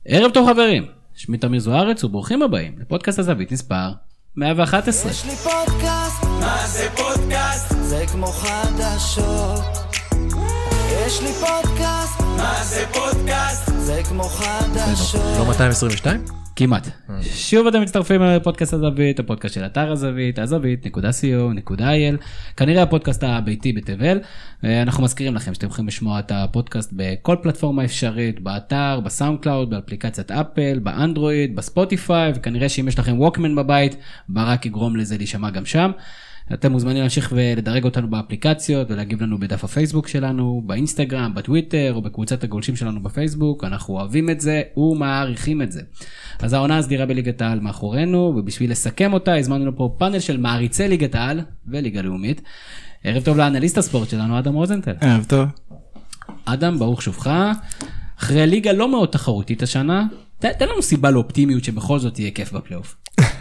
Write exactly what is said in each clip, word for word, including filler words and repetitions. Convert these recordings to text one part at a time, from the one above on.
ערב טוב חברים, שמי תמיר זוארץ וברוכים הבאים לפודקאסט הזווית מספר מאה ואחת עשרה. יש לי פודקאסט, מה זה פודקאסט? זה כמו חדשות. יש לי פודקאסט, מה זה פודקאסט? זה כמו חדשות. לא מאתיים עשרים ושתיים? כמעט. שוב אתם מצטרפים לפודקאסט הזווית, הפודקאסט של אתר הזווית, הזווית נקודה סי או נקודה איי אל, כנראה הפודקאסט הביתי בתבל. אנחנו מזכירים לכם שאתם יכולים לשמוע את הפודקאסט בכל פלטפורמה אפשרית, באתר, בסאונד קלאוד, באפליקציית אפל, באנדרואיד, בספוטיפיי, וכנראה שאם יש לכם ווקמן בבית, ברק יגרום לזה להישמע גם שם. אתם מוזמנים להמשיך ולדרג אותנו באפליקציות ולהגיב לנו בדף הפייסבוק שלנו, באינסטגרם, בטוויטר או בקבוצת הגולשים שלנו בפייסבוק. אנחנו אוהבים את זה ומעריכים את זה. אז העונה הסדירה בליגת העל מאחורינו, ובשביל לסכם אותה הזמנו לנו פה פאנל של מעריצי ליגת העל וליגה לאומית. ערב טוב לאנליסט הספורט שלנו, אדם רוזנטל. ערב טוב. אדם, ברוך שובך. אחרי ליגה לא מאוד תחרותית השנה, תן לנו סיבה לאופטימיות שבכל זאת יהיה כיף בפלייאוף.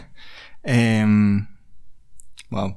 וואו,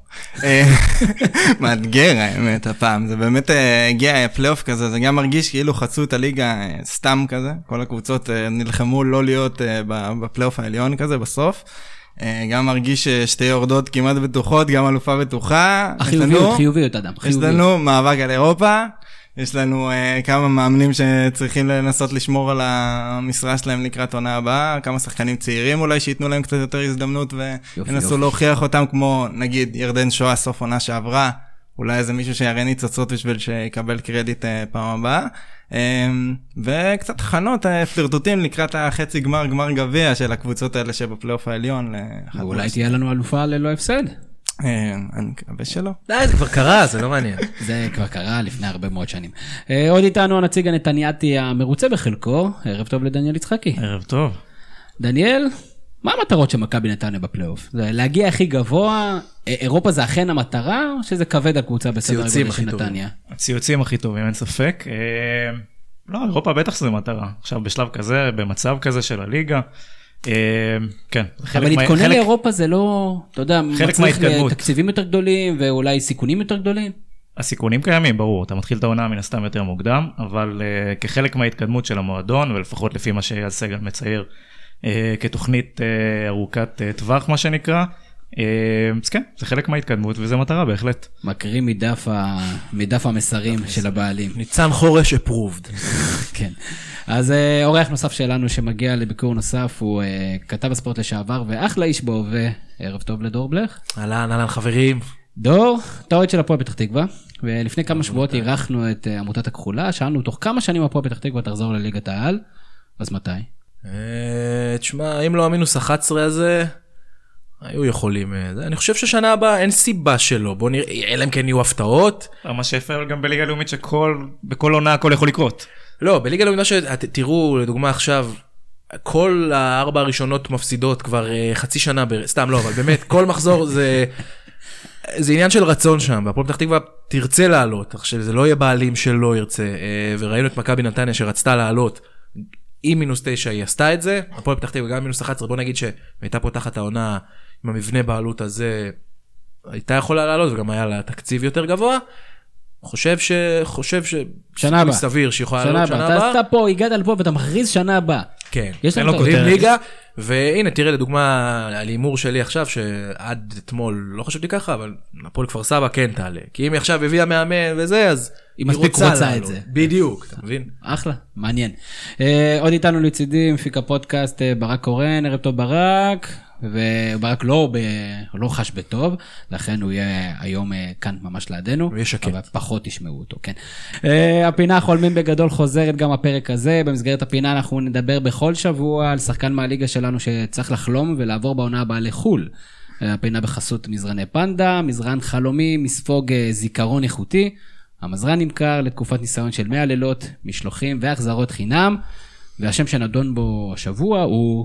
מאתגר האמת הפעם, זה באמת הגיע פלייאוף כזה, זה גם מרגיש כאילו חצו את הליגה סתם כזה, כל הקבוצות נלחמו לא להיות בפלייאוף העליון כזה בסוף, גם מרגיש שתי יורדות כמעט בטוחות, גם אלופה בטוחה. החיוביות, חיוביות אדם, יש לנו מאבק על אירופה, יש לנו uh, כמה מאמנים שצריכים לנסות לשמור על המשרה שלהם לקראת עונה הבאה, כמה שחקנים צעירים אולי שיתנו להם קצת יותר הזדמנות וינסו להוכיח אותם, כמו נגיד ירדן שואה סוף עונה שעברה, אולי איזה מישהו שיראה ניצוצות בשביל שיקבל קרדיט uh, פעם הבאה, um, וקצת חנות uh, פלרטוטים לקראת החצי גמר, גמר גביע של הקבוצות האלה שבפלייאוף העליון. ואולי תהיה לנו אלופה ללא הפסד. אני מקווה שלא. די, זה כבר קרה, זה לא מעניין. זה כבר קרה לפני הרבה מאוד שנים. עוד איתנו הנציג הנתניאתי המרוצה בחלקו. ערב טוב לדניאל יצחקי. ערב טוב. דניאל, מה המטרות של מכבי נתניה בפלייאוף? זה להגיע הכי גבוה, אירופה זה אכן המטרה, או שזה כבד על קבוצה בסדר גודל של נתניה? הציוצים הכי טובים, אין ספק. לא, אירופה בטח זה מטרה. עכשיו בשלב כזה, במצב כזה של הליגה, כן. אבל להתכונן לאירופה זה לא, אתה יודע, מצריך תקציבים יותר גדולים ואולי סיכונים יותר גדולים? הסיכונים קיימים, ברור. אתה מתחיל את העונה מן הסתם יותר מוקדם, אבל כחלק מההתקדמות של המועדון, ולפחות לפי מה שאייל סגל מצייר, כתוכנית ארוכת טווח מה שנקרא, אז כן, זה חלק מההתקדמות וזה מטרה בהחלט. מקרים מדף המסרים של הבעלים. ניצן חורש approved. כן. אז אורח נוסף שלנו שמגיע לביקור נוסף הוא כתב הספורט לשעבר ואחלה איש בהווה. ערב טוב לדור בלך. אהלן, אהלן חברים. דור, אתה אוהד של הפועל פתח תקווה, ולפני כמה שבועות אירחנו את עמותת הכחולה, שאלנו תוך כמה שנים הפועל פתח תקווה תחזור לליגת העל, אז מתי? תשמע, אם לא המינוס אחת עשרה הזה, היו יכולים, אני חושב ששנה הבאה אין סיבה שלא, בוא נראה, אלא אם כן יהיו הפתעות. מה שיפה גם בליגה לאומית שבכל עונה הכל יכול לקרות. לא, בליגה לאומית שתראו, לדוגמה עכשיו, כל הארבע הראשונות מפסידות כבר חצי שנה, סתם לא, אבל באמת, כל מחזור זה, זה עניין של רצון שם, והפועל פתח תקווה תרצה לעלות, עכשיו זה לא יהיה בעלים שלא ירצה, וראינו את מכבי נתניה שרצתה לעלות, עם מינוס תשע היא עשתה את זה, הפועל פתח תקווה גם מינוס אחת עשרה, בוא נגיד שהייתה פותחת העונה עם המבנה בעלות הזה, הייתה יכולה לעלות, וגם היה לה תקציב יותר גבוה, חושב ש... חושב ש... שנה הבאה. סביר שיכולה לעלות שנה הבאה. אתה פה, הגעת לפה ואתה מכריז שנה הבאה. כן. יש לנו כותבים ליגה, והנה תראה לדוגמה על הימור שלי עכשיו, שעד אתמול לא חשבתי ככה, אבל הפועל כפר סבא כן תעלה. כי אם היא עכשיו הביאה מאמן וזה, אז היא מספיק רוצה את זה. בדיוק, אתה מבין? אחלה, מעניין. עוד איתנו לצידי, מפיק הפודקאסט ברק קורן, ערב טוב ברק. וברק לא, ב... לא חש בטוב, לכן הוא יהיה היום כאן ממש לידינו, אבל פחות תשמעו אותו, כן. הפינה חולמים בגדול חוזרת גם הפרק הזה, במסגרת הפינה אנחנו נדבר בכל שבוע על שחקן מהליגה שלנו שצריך לחלום ולעבור בעונה הבאה לחול. הפינה בחסות מזרני פנדה, מזרן חלומי, מספוג זיכרון איכותי, המזרן נמכר לתקופת ניסיון של מאה לילות, משלוחים והחזרות חינם, והשם שנדון בו השבוע הוא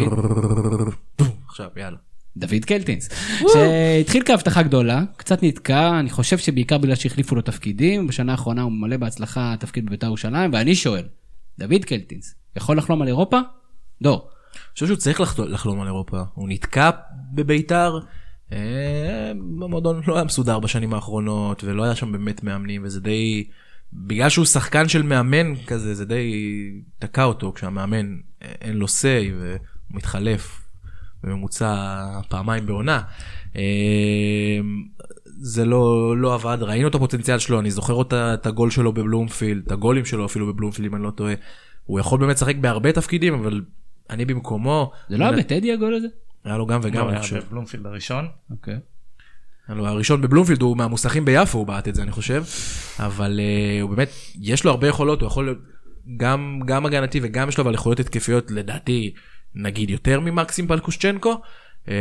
עכשיו, יאללה. דוד קלטינס, שהתחיל כהבטחה גדולה, קצת נתקע, אני חושב שבעיקר בגלל שהחליפו לו תפקידים, בשנה האחרונה הוא ממלא בהצלחה תפקיד בבית"ר ירושלים, ואני שואל, דוד קלטינס, יכול לחלום על אירופה? דור. אני חושב שהוא צריך לחלום על אירופה, הוא נתקע בבית"ר, המועדון לא היה מסודר בשנים האחרונות, ולא היה שם באמת מאמנים, וזה די בגלל שהוא שחקן של מאמן כזה, זה די תקע אותו, כשהמאמן אין לו סי והוא מתחלף בממוצע פעמיים בעונה. זה לא, לא עבד, ראינו את הפוטנציאל שלו, אני זוכר אותה, את הגול שלו בבלומפילד, את הגולים שלו אפילו בבלומפילד, אם אני לא טועה. הוא יכול באמת לשחק בהרבה תפקידים, אבל אני במקומו... זה לא היה בטדי הגול הזה? היה לו גם וגם, אני חושב. היה בבלומפילד הראשון. אוקיי. הראשון בבלומפילד הוא מהמוסכים ביפו, הוא בעט את זה, אני חושב. אבל הוא באמת, יש לו הרבה יכולות, הוא יכול גם, גם הגנתי וגם יש לו אבל יכולות התקפיות, לדעתי, נגיד יותר ממקסים פלקושצ'נקו. אבל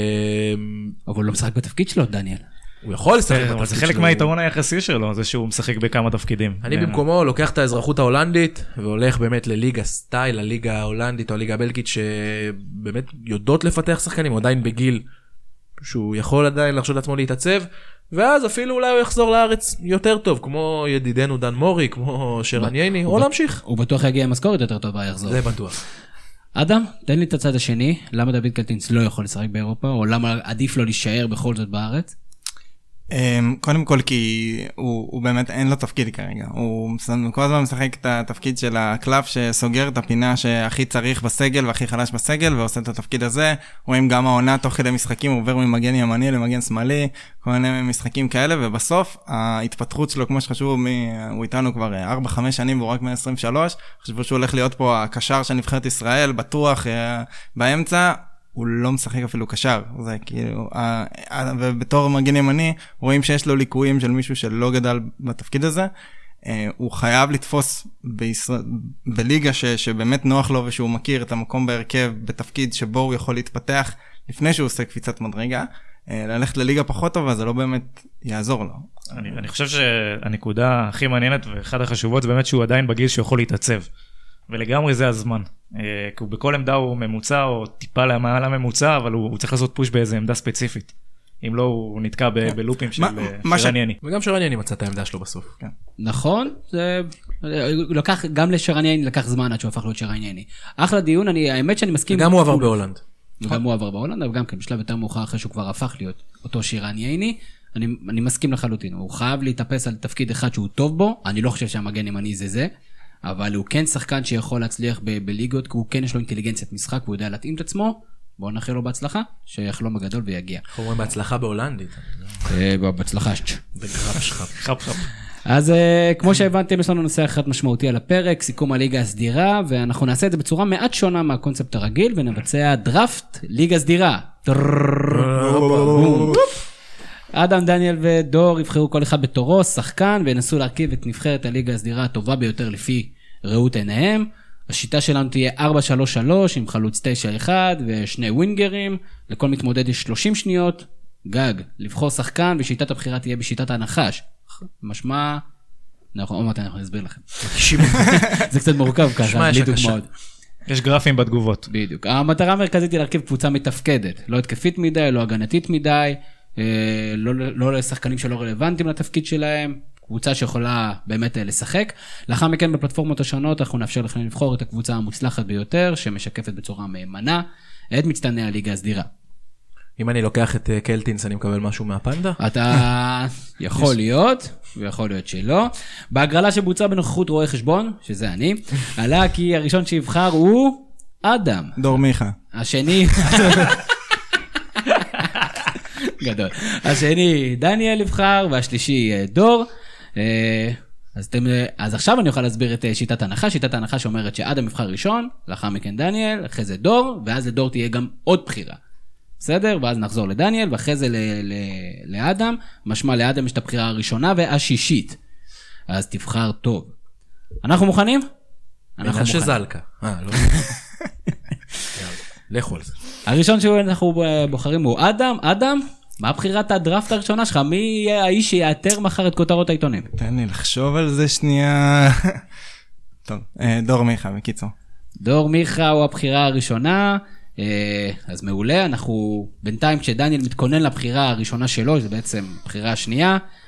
הוא לא משחק בתפקיד שלו, דניאל. הוא יכול לשחק בתפקיד שלו. זה חלק מהיתרון היחסי שלו, זה שהוא משחק בכמה תפקידים. אני במקומו לוקח את האזרחות ההולנדית, והולך באמת לליגה סטייל, לליגה ההולנדית או הליגה הבלגית, שבאמת יודעות לפתח שחקנים, הוא עדיין בגיל, שהוא יכול עדיין לחשוב לעצמו להתעצב, ואז אפילו אולי הוא יחזור לארץ יותר טוב, כמו ידידנו דן מורי, כמו שרן ייני, או להמשיך. הוא בטוח יגיע משכורת יותר טובה, יחזור. זה בטוח. אדם, תן לי את הצד השני, למה דוד קלטינס לא יכול לשחק באירופה, או למה עדיף לו להישאר בכל זאת בארץ? קודם כל כי הוא, הוא באמת אין לו תפקיד כרגע, הוא כל הזמן משחק את התפקיד של הקלף שסוגר את הפינה שהכי צריך בסגל והכי חלש בסגל ועושה את התפקיד הזה. רואים גם העונה תוך כדי משחקים, הוא עובר ממגן ימני למגן שמאלי, כל מיני משחקים כאלה, ובסוף ההתפתחות שלו כמו שחשוב, הוא איתנו כבר ארבע חמש שנים והוא רק מאה עשרים ושלוש, חשבו שהוא הולך להיות פה הקשר של נבחרת ישראל, בטוח באמצע, הוא לא משחק אפילו קשר, זה כאילו, ובתור מגן ימני, רואים שיש לו ליקויים של מישהו שלא גדל בתפקיד הזה, הוא חייב לתפוס בליגה שבאמת נוח לו, ושהוא מכיר את המקום בהרכב, בתפקיד שבו הוא יכול להתפתח, לפני שהוא עושה קפיצת מדרגה, ללכת לליגה פחות טובה, זה לא באמת יעזור לו. אני, אני חושב שהנקודה הכי מעניינת, ואחת החשובות, זה באמת שהוא עדיין בגיל שיכול להתעצב. ולגמרי זה הזמן, כי הוא בכל עמדה הוא ממוצע או טיפה למעלה ממוצע, אבל הוא צריך לעשות פוש באיזה עמדה ספציפית. אם לא, הוא נתקע בלופים של שרן ייני. וגם שרן ייני מצא את העמדה שלו בסוף. נכון, זה לקח, גם לשרן ייני לקח זמן עד שהוא הפך להיות שרן ייני. אחלה דיון, האמת שאני מסכים. גם הוא עבר בהולנד. וגם הוא עבר בהולנד, אבל גם כן בשלב יותר מאוחר אחרי שהוא כבר הפך להיות אותו שרן ייני. אני מסכים לחלוטין, הוא חייב להתאפס על תפקיד אחד שהוא טוב בו, אני לא חושב שהמגן ימני זה זה. אבל הוא כן שחקן שיכול להצליח ב- בליגות, כי הוא כן יש לו אינטליגנציית משחק, והוא יודע להתאים את עצמו, בואו נאחל לו בהצלחה, שיחלום הגדול ויגיע. אנחנו אומרים בהצלחה בהולנדית. בהצלחה שץ'. בגרב שחב. חב חב. אז כמו שהבנתם, יש לנו נושא אחד משמעותי על הפרק, סיכום הליגה הסדירה, ואנחנו נעשה את זה בצורה מעט שונה מהקונספט הרגיל, ונבצע דראפט ליגה סדירה. אדם, דניאל ודור יבחרו כל אחד בתורו, שחקן, וינסו להרכיב את נבחרת הליגה הסדירה הטובה ביותר לפי ראות עיניהם. השיטה שלנו תהיה ארבע שלוש שלוש עם חלוץ תשע אחד ושני ווינגרים. לכל מתמודד יש שלושים שניות. גג, לבחור שחקן, ושיטת הבחירה תהיה בשיטת הנחש. משמע... נכון, עוד מעט אנחנו נסביר לכם. זה קצת מורכב ככה, בלי דוגמאות. יש גרפים בתגובות. בדיוק. המטרה המרכזית היא להרכיב קבוצה מתפקדת. לא התקפית מדי, לא הגנתית מדי. לא, לא לשחקנים שלא רלוונטיים לתפקיד שלהם, קבוצה שיכולה באמת לשחק. לאחר מכן בפלטפורמות השונות אנחנו נאפשר לכם לבחור את הקבוצה המוצלחת ביותר, שמשקפת בצורה מהימנה את מצטייני הליגה הסדירה. אם אני לוקח את קלטינס, אני מקבל משהו מהפנדה? אתה יכול להיות, ויכול להיות שלא. בהגרלה שבוצעה בנוכחות רואה חשבון, שזה אני, עלה כי הראשון שיבחר הוא אדם. דור מיכה. השני... גדול. השני דניאל יבחר, והשלישי דור. אז, אתם, אז עכשיו אני אוכל להסביר את שיטת ההנחה. שיטת ההנחה שאומרת שאדם יבחר ראשון, לאחר מכן דניאל, אחרי זה דור, ואז לדור תהיה גם עוד בחירה. בסדר? ואז נחזור לדניאל, ואחרי זה ל, ל, לאדם. משמע לאדם יש את הבחירה הראשונה והשישית. אז תבחר טוב. אנחנו מוכנים? אנחנו מוכנים. שזלקה. אה, לא. לכו על זה. הראשון שאנחנו בוחרים הוא אדם. אדם, מה בחירת הדראפט הראשונה שלך? מי יהיה האיש שיאתר מחר את כותרות העיתונים? תן לי לחשוב על זה שנייה. טוב, דור מיכה, בקיצור. דור מיכה הוא הבחירה הראשונה, אז מעולה. אנחנו בינתיים כשדניאל מתכונן לבחירה הראשונה שלו, זה בעצם בחירה השנייה,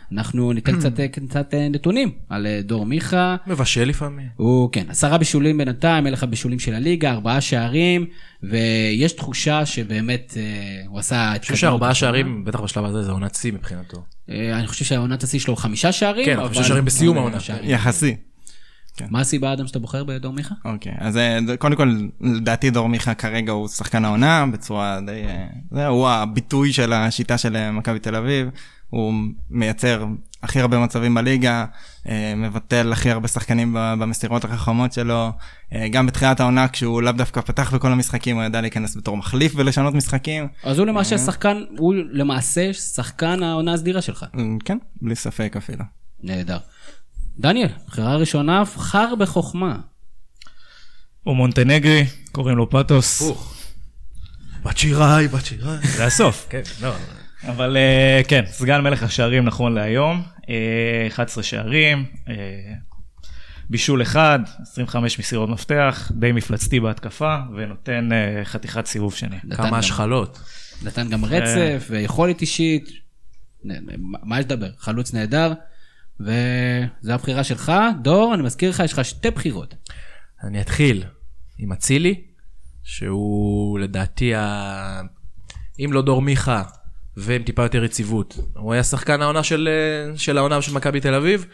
אנחנו ניתן קצת, קצת נתונים על דור מיכה. מבשל לפעמים. הוא, כן, עשרה בישולים בינתיים, אלך הבישולים של הליגה, ארבעה שערים, ויש תחושה שבאמת הוא עשה... אני חושב שארבעה שערים, בטח בשלב הזה, זה עונת שיא מבחינתו. אני חושב שהעונת השיא שלו חמישה שערים. כן, חמישה שערים בסיום העונה. יחסי. מה הסיבה, אדם, שאתה בוחר בדור מיכה? אוקיי, אז קודם כל, לדעתי דור מיכה כרגע הוא שחקן העונה, בצורה די... זה הוא הביטוי של השיטה של מכבי תל אביב, הוא מייצר הכי הרבה מצבים בליגה, מבטל הכי הרבה שחקנים במסירות החכמות שלו, גם בתחילת העונה, כשהוא לאו דווקא פתח בכל המשחקים, הוא ידע להיכנס בתור מחליף ולשנות משחקים. אז הוא למעשה שחקן, הוא למעשה שחקן העונה הסדירה שלך. כן, בלי ספק אפילו. נהדר. דניאל, בחירה ראשונה, בחר בחוכמה. הוא מונטנגרי, קוראים לו פטוס. בת שיראי, בת שיראי. זה הסוף. כן, לא. אבל כן, סגן מלך השערים נכון להיום, אחד עשר שערים, בישול אחד, עשרים וחמש מסירות מפתח, די מפלצתי בהתקפה, ונותן חתיכת סיבוב שני. כמה השחלות. נתן גם רצף ויכולת אישית, מה יש לדבר? חלוץ נהדר. וזו הבחירה שלך. דור, אני מזכיר לך, יש לך שתי בחירות. אני אתחיל עם אצילי, שהוא לדעתי, ה... אם לא דור מיכה, ועם טיפה יותר יציבות, הוא היה שחקן העונה של, של העונה של מכבי תל אביב,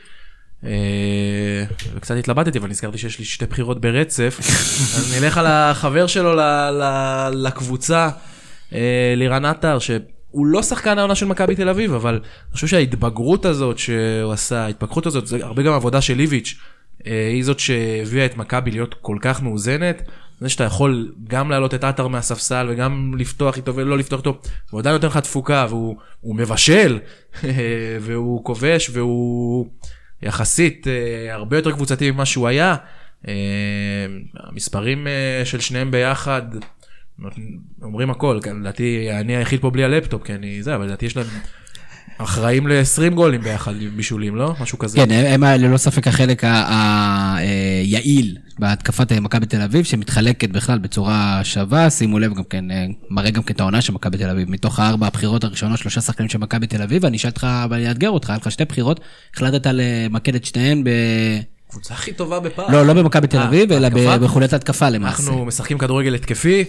וקצת התלבטתי, אבל נזכרתי שיש לי שתי בחירות ברצף, אז נלך על החבר שלו ל... ל... לקבוצה, לירן עטר, ש... הוא לא שחקן העונה של מכבי תל אביב, אבל אני חושב שההתבגרות הזאת שהוא עשה, ההתפתחות הזאת, זה הרבה גם עבודה של ליביץ', היא זאת שהביאה את מכבי להיות כל כך מאוזנת, זה שאתה יכול גם להעלות את עטר מהספסל, וגם לפתוח איתו ולא לפתוח איתו, הוא עדיין נותן לך תפוקה, והוא מבשל, והוא כובש, והוא יחסית הרבה יותר קבוצתי ממה שהוא היה. המספרים של שניהם ביחד, אומרים הכל, לדעתי אני היחיד פה בלי הלפטופ, כי אני זה, אבל לדעתי יש להם אחראים ל-עשרים גולים ביחד בישולים, לא? משהו כזה. כן, הם ללא ספק החלק היעיל בהתקפת מכבי תל אביב, שמתחלקת בכלל בצורה שווה, שימו לב גם כן, מראה גם כן את העונה של מכבי תל אביב, מתוך הארבע הבחירות הראשונות, שלושה שחקנים של מכבי תל אביב, ואני שאלת לך, ואני אאתגר אותך, היה לך שתי בחירות, החלטת למקד את שניהן ב... קבוצה הכי טובה בפער. לא, לא במכבי תל אביב, אלא בחולת התקפה למעשה. אנחנו משחקים כדורגל התקפי,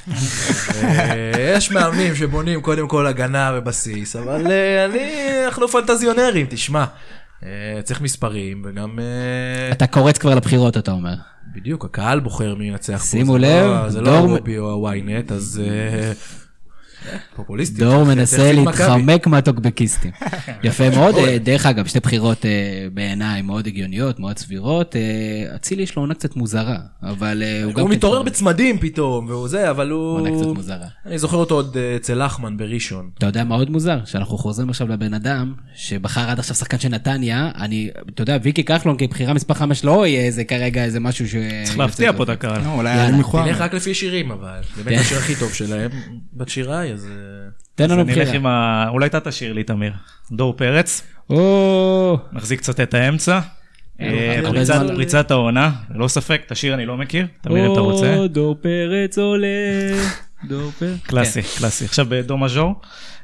יש מאמנים שבונים קודם כל הגנה ובסיס, אבל אנחנו פנטזיונרים, תשמע, צריך מספרים וגם... אתה קורץ כבר לבחירות, אתה אומר. בדיוק, הקהל בוחר מי ינצח פה. שימו לב, זה לא הרובי או הוויינט, אז... פופוליסטי. דור מנסה להתחמק מהטוקבקיסטים. יפה מאוד. דרך אגב, שתי בחירות בעיניי מאוד הגיוניות, מאוד סבירות. אצילי יש לו עונה קצת מוזרה, אבל הוא מתעורר בצמדים פתאום, והוא זה, אבל הוא... עונה קצת מוזרה. אני זוכר אותו עוד אצל לחמן בראשון. אתה יודע מה עוד מוזר? שאנחנו חוזרים עכשיו לבן אדם, שבחר עד עכשיו שחקן של נתניה, אני, אתה יודע, ויקי כחלון, כי בחירה מספר חמש לא יהיה איזה כרגע איזה משהו ש... צריך להפתיע פה את הקהל. תלך רק לפי שירים, אבל באמת השיר הכי טוב שלהם, בת שיראי, אז... תן לנו בחירה. עם ה... אולי אתה תשאיר לי, תמיר. דור פרץ. נחזיק קצת את האמצע. פריצת העונה, לא ספק, תשאיר אני לא מכיר. תמיר, אתה רוצה? דור פרץ עולה. דור פרץ. קלאסי, קלאסי. עכשיו בדו מז'ור.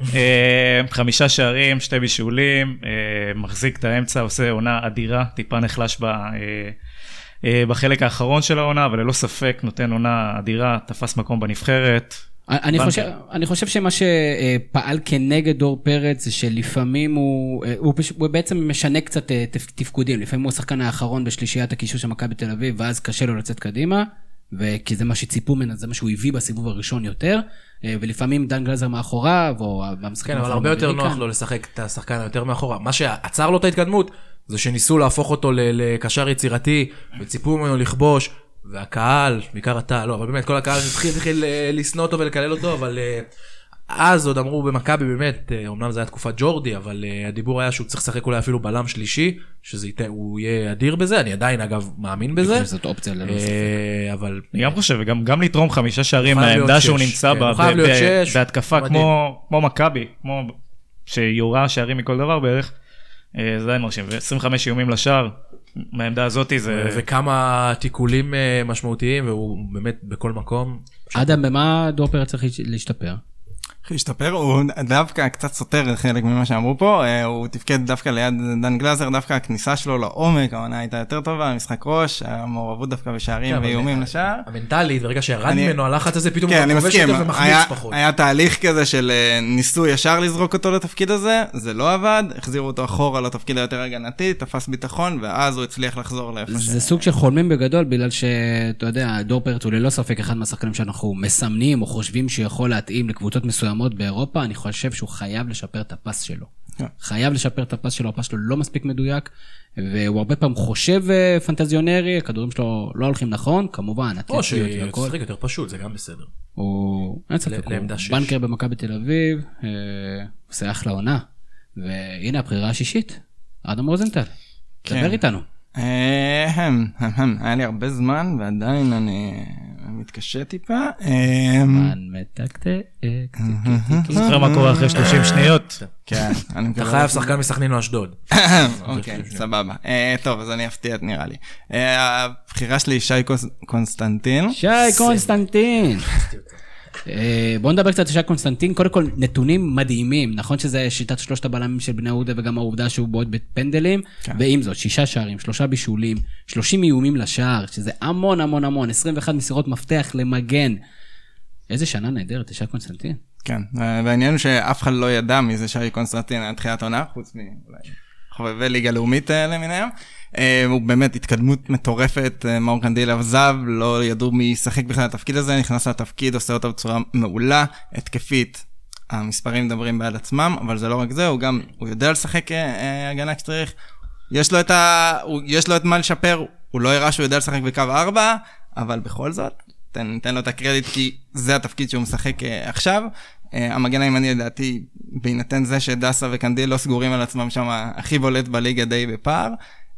חמישה שערים, שתי בישולים, מחזיק את האמצע, עושה עונה אדירה, טיפה נחלש ב... בחלק האחרון של העונה, אבל ללא ספק נותן עונה אדירה, תפס מקום בנבחרת. אני חושב, אני חושב שמה שפעל כנגד דור פרץ זה שלפעמים הוא, הוא, הוא בעצם משנה קצת תפקודים, לפעמים הוא השחקן האחרון בשלישיית הקישור של מכבי בתל אביב, ואז קשה לו לצאת קדימה, וכי זה מה שציפו ממנו, זה מה שהוא הביא בסיבוב הראשון יותר, ולפעמים דן גלזר מאחוריו, או במשחקים... כן, אבל הרבה יותר נוח לו לשחק את השחקן היותר מאחורה. מה שעצר לו את ההתקדמות, זה שניסו להפוך אותו לקשר יצירתי, וציפו ממנו לכבוש, והקהל, בעיקר אתה, לא, אבל באמת, כל הקהל התחיל לסנוע אותו ולקלל אותו, אבל אז עוד אמרו במכבי באמת, אמנם זה היה תקופת ג'ורדי, אבל הדיבור היה שהוא צריך לשחק אולי אפילו בלם שלישי, שהוא יהיה אדיר בזה, אני עדיין אגב מאמין בזה. אני חושב שזאת אופציה ללא ספק. אבל... אני גם חושב, וגם לתרום חמישה שערים מהעמדה שהוא נמצא בהתקפה כמו מכבי, כמו שיורה שערים מכל דבר בערך, זה עדיין מרשים, ו-עשרים וחמישה איומים לשער, מהעמדה הזאת זה... וכמה תיקולים משמעותיים, והוא באמת בכל מקום. אדם, במה דור פרץ צריך להשתפר? השתפר, הוא דווקא קצת סותר חלק ממה שאמרו פה, הוא תפקד דווקא ליד דן גלזר, דווקא הכניסה שלו לעומק, העונה הייתה יותר טובה, המשחק ראש, המעורבות דווקא בשערים ואיומים לשער. המנטלית, ברגע שירד ממנו הלחץ הזה, פתאום הוא כובש יותר ומחמיץ פחות. היה תהליך כזה של ניסו ישר לזרוק אותו לתפקיד הזה, זה לא עבד, החזירו אותו אחורה לתפקיד היותר הגנתי, תפס ביטחון, ואז הוא הצליח לחזור לאיפה ש... זה סוג של חולמים בגדול, בגלל שאתה יודע, דור פרץ הוא ללא ספק אחד מהשחקנים שאנחנו מסמנים או חושבים שיכול להתאים לקבוצות מסוימות באירופה, אני חושב שהוא חייב לשפר את הפס שלו. חייב לשפר את הפס שלו, הפס שלו לא מספיק מדויק, והוא הרבה פעם חושב פנטזיונרי, הכדורים שלו לא הולכים נכון, כמובן, או שצריך יותר פשוט, זה גם בסדר. הוא, אין ספק, הוא בנקר במכבי בתל אביב, עושה אחלה עונה, והנה הבחירה השישית, אדם רוזנטל, דבר איתנו. היה לי הרבה זמן, ועדיין אני מתקשה טיפה. זמן מתקתק. זוכר מה קורה אחרי שלושים שניות? כן. אתה חייב שחקן מסכנין או אשדוד. אוקיי, סבבה. טוב, אז אני אפתיע, נראה לי. הבחירה שלי היא שי קונסטנטין. שי קונסטנטין. בואו נדבר קצת על שי קונסטנטין, קודם כל נתונים מדהימים, נכון שזה שיטת שלושת הבלמים של בני יהודה וגם העובדה שהוא בועט בפנדלים, ועם זאת שישה שערים, שלושה בישולים, שלושים איומים לשער, שזה המון המון המון, עשרים ואחת מסירות מפתח למגן. איזה שנה נהדרת, שי קונסטנטין. כן, והעניין הוא שאף אחד לא ידע מזה שי קונסטנטין עד תחילת העונה, חוץ מאולי חובבי ליגה לאומית למיניהם. הוא באמת התקדמות מטורפת, מאור קנדיל עזב, לא ידעו מי ישחק בכלל התפקיד הזה, נכנס לתפקיד, עושה אותו בצורה מעולה, התקפית, המספרים מדברים בעד עצמם, אבל זה לא רק זה, הוא גם, הוא יודע לשחק הגנה כשצריך, יש לו את ה... יש לו את מה לשפר, הוא לא הראה שהוא יודע לשחק בקו ארבע, אבל בכל זאת, תן, תן לו את הקרדיט, כי זה התפקיד שהוא משחק עכשיו, המגן הימני לדעתי, בהינתן זה שדסה וקנדיל לא סגורים על עצמם שם, הכי בולט בליגה די בפער,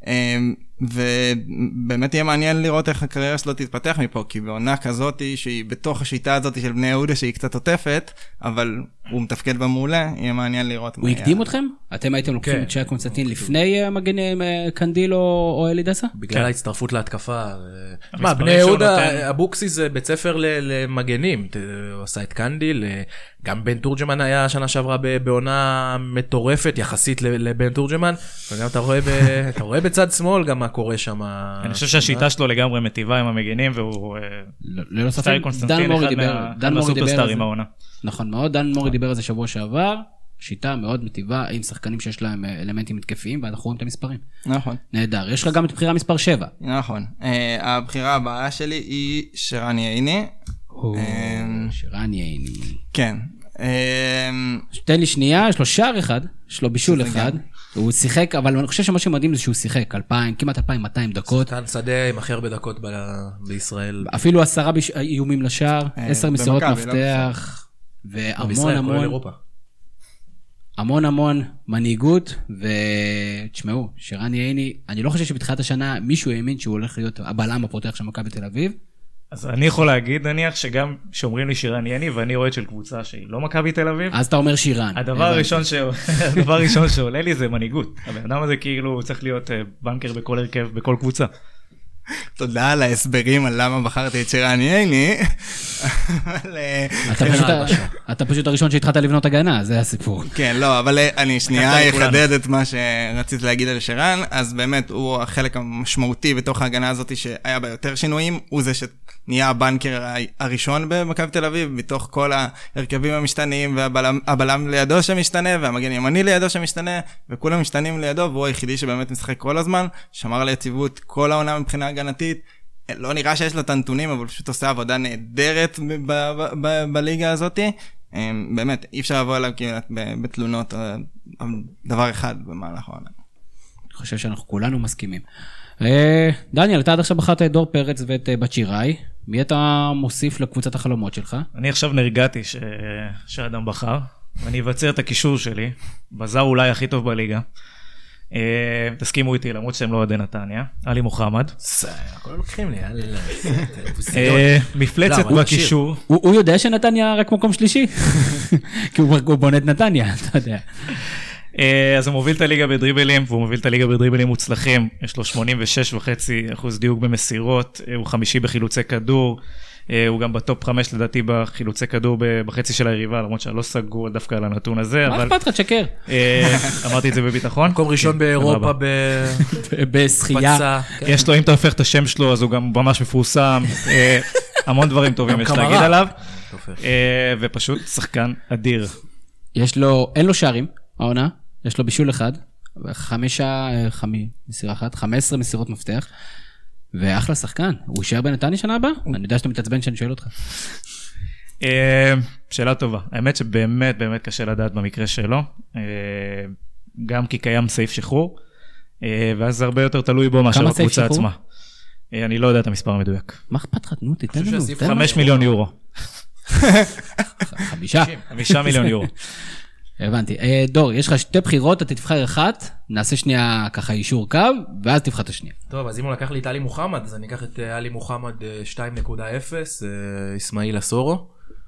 ובאמת יהיה מעניין לראות איך הקריירה שלו תתפתח מפה, כי בעונה כזאת שהיא בתוך השיטה הזאת של בני יהודה שהיא קצת עוטפת, אבל הוא מתפקד במעולה, יהיה מעניין לראות. הוא הקדים אתכם? אתם הייתם לוקחים את שי קונסטנטין לפני המגנים קנדיל או אלי דסה? בגלל ההצטרפות להתקפה. מה, בני יהודה, אבוקסיס זה בית ספר למגנים, הוא עשה את קנדיל, גם בן תורג'מן היה שנה שעברה בעונה מטורפת יחסית לבן תורג'מן, וגם אתה רואה בצד שמאל גם מה קורה שם. אני חושב שהשיטה שלו לגמרי מטיבה עם המגנים, והוא ללא ספק, דן מורי דיבר, דן מורי דיבר על זה. נכון מאוד, דן מורי דיבר על זה שבוע שעבר, שיטה מאוד מטיבה עם שחקנים שיש להם אלמנטים מתקפיים, ואנחנו רואים את המספרים. נכון. נהדר, יש לך גם את בחירה מספר שבע. נכון. הבחירה הבאה שלי היא שרן ייני. שרן ייני. כן. תן לי שנייה, יש לו שער אחד, יש לו בישול אחד. הוא שיחק, אבל אני חושב שמה שמדהים זה שהוא שיחק אלפיים, כמעט אלפיים ומאתיים דקות. שחקן שדה עם הכי הרבה דקות בישראל. אפילו עשרה איומים לשער, עשר מסירות מפתח, והמון המון, המון המון מנהיגות, ותשמעו, שרן ייני, אני לא חושב שבתחילת השנה מישהו האמין שהוא הולך להיות הבלם הפותח של מכבי בתל אביב. אז אני יכול להגיד, נניח, שגם שאומרים לי שירן ייני, ואני אוהד של קבוצה שהיא לא מכבי תל אביב. אז אתה אומר שירן. הדבר הראשון ש... הדבר הראשון שעולה לי זה מנהיגות. הבן אדם הזה כאילו צריך להיות בנקר בכל הרכב, בכל קבוצה. תודה על ההסברים על למה בחרתי את שרן ייני. אתה פשוט הראשון שהתחלת לבנות הגנה, זה הסיפור. כן, לא, אבל אני שנייה אחדד את מה שרציתי להגיד על שרן, אז באמת הוא החלק המשמעותי בתוך ההגנה הזאת שהיה בה יותר שינויים, הוא זה שנהיה הבנקר הראשון במכבי תל אביב, מתוך כל ההרכבים המשתנים, והבלם לידו שמשתנה, והמגן ימני לידו שמשתנה, וכולם משתנים לידו, והוא היחידי שבאמת משחק כל הזמן, שמר על יציבות כל העונה מבחינה הגנתית, לא נראה שיש לו את הנתונים, אבל פשוט עושה עבודה נהדרת בליגה הזאת. באמת, אי אפשר לבוא אליו בתלונות, דבר אחד במהלך העונה. אני חושב שאנחנו כולנו מסכימים. דניאל, אתה עד עכשיו בחרת את דור פרץ ואת בת שיראי, מי אתה מוסיף לקבוצת החלומות שלך? אני עכשיו נרגעתי שאדם בחר, ואני אבצר את הקישור שלי, בזר אולי הכי טוב בליגה. תסכימו איתי, למרות שהם לא עדי נתניה, עלי מוחמד. הכל לוקחים לי, מפלצת בקישור. הוא יודע שנתניה רק מקום שלישי? כי הוא בונה את נתניה, אתה יודע. אז הוא מוביל את הליגה בדריבלים, והוא מוביל את הליגה בדריבלים מוצלחים, יש לו שמונים ושש וחצי אחוז דיוק במסירות, הוא חמישי בחילוצי כדור, הוא גם בטופ חמש לדעתי בחילוצי כדור בחצי של היריבה, למרות שאני לא סגור דווקא על הנתון הזה. מה אכפת לך, תשקר? אמרתי את זה בביטחון. מקום ראשון באירופה בשחייה. יש לו, אם אתה הופך את השם שלו, אז הוא גם ממש מפורסם. המון דברים טובים יש להגיד עליו. ופשוט שחקן אדיר. יש לו, אין לו שערים, העונה. יש לו בישול אחד. חמישה, חמי, מסירה אחת, חמש עשרה מסירות מפתח. ואחלה שחקן, הוא יישאר בנתניה שנה הבאה? אני יודע שאתה מתעצבן שאני שואל אותך. שאלה טובה. האמת שבאמת באמת קשה לדעת במקרה שלו. גם כי קיים סעיף שחרור, ואז זה הרבה יותר תלוי בו מאשר בקבוצה עצמה. אני לא יודע את המספר המדויק. מה אכפת לך? נו, תיתן לנו. חמש מיליון יורו. חמישה. חמישה מיליון יורו. הבנתי. דור, יש לך שתי בחירות, אתה תבחר אחת, נעשה שנייה ככה אישור קו, ואז תבחר את השנייה. טוב, אז אם הוא לקח לי את אלי מוחמד, אז אני אקח את אלי מוחמד שתיים נקודה אפס, אסמאעיל אסורו,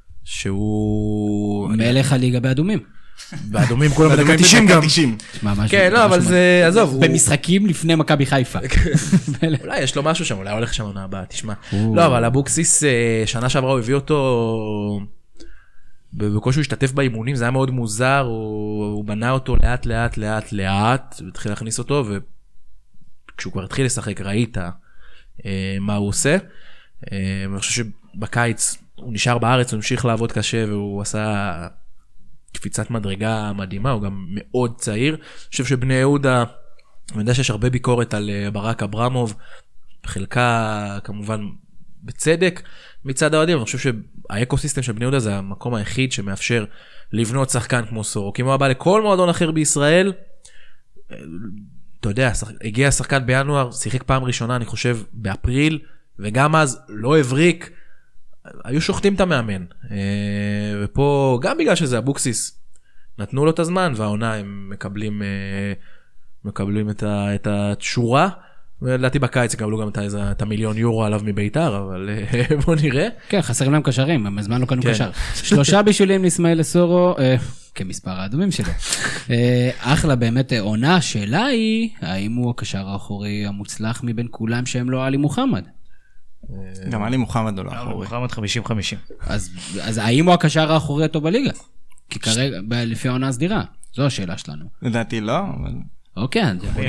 שהוא... מלך הליגה באדומים. באדומים כולם בדקה תשעים גם. כן, לא, אבל זה, עזוב. במשחקים לפני מכבי חיפה. אולי יש לו משהו שם, אולי הולך שם עונה הבאה, תשמע. לא, אבל אבוקסיס, שנה שעברה הוא הביא אותו... בקושי הוא השתתף באימונים, זה היה מאוד מוזר, הוא, הוא בנה אותו לאט לאט לאט לאט, והתחיל להכניס אותו, וכשהוא כבר התחיל לשחק ראית אה, מה הוא עושה. אה, אני חושב שבקיץ הוא נשאר בארץ, הוא המשיך לעבוד קשה, והוא עשה קפיצת מדרגה מדהימה, הוא גם מאוד צעיר. אני חושב שבני יהודה, אני יודע שיש הרבה ביקורת על ברק אברמוב, חלקה כמובן בצדק מצד האוהדים, אני חושב שהאקוסיסטם של בני יהודה זה המקום היחיד שמאפשר לבנות שחקן כמו סורו, כי אם הוא בא לכל מועדון אחר בישראל, אתה יודע, הגיע השחקן בינואר, שיחק פעם ראשונה, אני חושב, באפריל, וגם אז לא הבריק, היו שוחטים את המאמן, ופה גם בגלל שזה אבוקסיס, נתנו לו את הזמן, והעונה הם מקבלים, מקבלים את התשורה, ולדעתי בקיץ יקבלו גם את המיליון יורו עליו מביתר, אבל בוא נראה. כן, חסרים להם קשרים, הם הזמן לא קנו קשר. שלושה בישולים לאסמאעיל אסורו, כמספר האדומים שלו. אחלה באמת עונה, השאלה היא, האם הוא הקשר האחורי המוצלח מבין כולם שהם לא עלי מוחמד? גם עלי מוחמד הוא לא אחורי. מוחמד חמישים חמישים. אז האם הוא הקשר האחורי הטוב בליגה? כי כרגע, לפי העונה הסדירה, זו השאלה שלנו. לדעתי לא, אבל... אוקיי,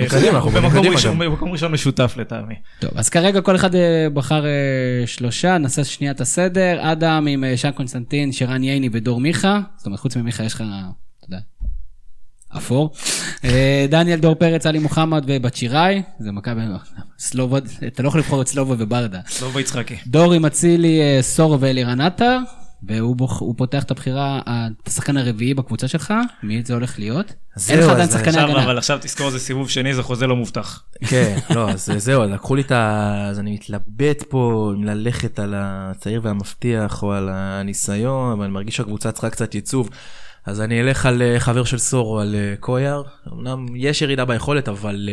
במקום ראשון משותף לטעמי. טוב, אז כרגע כל אחד בחר שלושה, נעשה שנייה את הסדר, אדם עם שאן קונסטנטין, שרן ייני ודור מיכה, זאת אומרת, חוץ ממיכה יש לך, אתה יודע, אפור. דניאל דור פרץ, עלי מוחמד ובת שיראי, זה מכבי, סלובו, אתה לא יכול לבחור את סלובו וברדה. סלובו יצחקי. דור עם אצילי, סורו ואלירן עטר, והוא פותח את הבחירה, את השחקן הרביעי בקבוצה שלך, מי זה הולך להיות? אין לך עדיין שחקני הגנה. אבל עכשיו תזכור זה סיבוב שני, זה חוזה לא מובטח. כן, לא, אז זהו, לקחו לי את ה... אז אני מתלבט פה, אם ללכת על הצעיר והמבטיח, או על הניסיון, אבל אני מרגיש שהקבוצה צריכה קצת ייצוב, אז אני אלך על חבר של סורו, על קויאר. אמנם יש ירידה ביכולת, אבל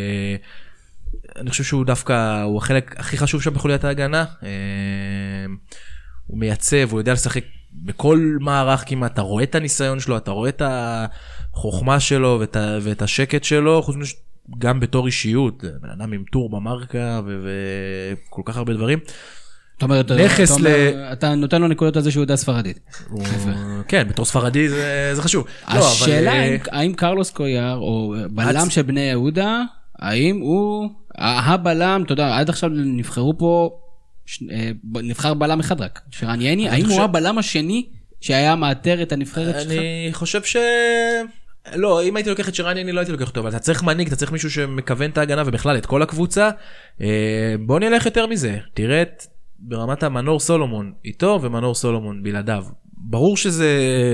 אני חושב שהוא דווקא, הוא החלק הכי חשוב שם בחוליית ההגנה. הוא מייצב, הוא יודע לשחק בכל מערך כמעט, אתה רואה את הניסיון שלו, אתה רואה את החוכמה שלו ואת, ואת השקט שלו, חוץ משהו, גם בתור אישיות, בן אדם עם טור במרקה וכל כך הרבה דברים. זאת אומרת, נכס ל... אתה נותן לו נקודות על זה שהוא יודע ספרדית. כן, בתור ספרדי זה חשוב. השאלה האם קרלוס קויאר, או בלם של בני יהודה, האם הוא, הבלם, אתה יודע, עד עכשיו נבחרו פה, נבחר בלם אחד רק, שרן ייני, האם הוא הבלם השני שהיה מאתר את הנבחרת שלך? אני חושב ש... לא, אם הייתי לוקח את שרן ייני לא הייתי לוקח אותו, אבל אתה צריך מנהיג, אתה צריך מישהו שמכוון את ההגנה ובכלל את כל הקבוצה. בוא נלך יותר מזה, תראה את ברמת המנור סולומון איתו ומנור סולומון בלעדיו. ברור שזה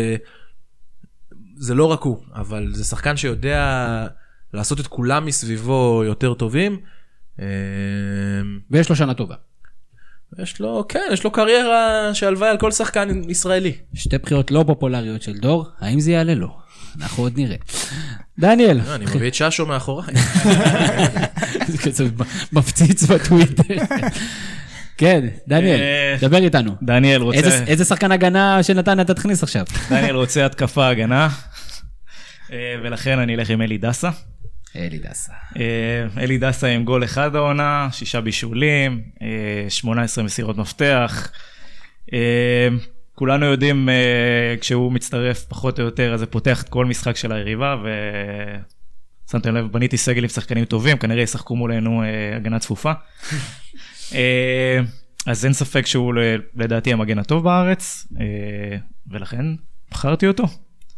זה לא רק הוא, אבל זה שחקן שיודע לעשות את כולם מסביבו יותר טובים. ויש לו שנה טובה. יש לו, כן, יש לו קריירה שהלוואי על כל שחקן ישראלי. שתי בחירות לא פופולריות של דור, האם זה יעלה לו? אנחנו עוד נראה. דניאל. אני מביא את ששו מאחוריי. זה כזה מפציץ בטוויטר. כן, דניאל, דבר איתנו. דניאל רוצה... איזה שחקן הגנה שנתן אתה תכניס עכשיו? דניאל רוצה התקפה הגנה, ולכן אני אלך עם אלי דסה. אלי דסה. אלי דסה עם גול אחד העונה, שישה בישולים, שמונה עשרה מסירות מפתח, כולנו יודעים, כשהוא מצטרף פחות או יותר, אז זה פותח את כל משחק של היריבה, ושמתם לב, בניתי סגל עם שחקנים טובים, כנראה ישחקו מולנו הגנה צפופה. אז אין ספק שהוא לדעתי המגן הטוב בארץ, ולכן בחרתי אותו.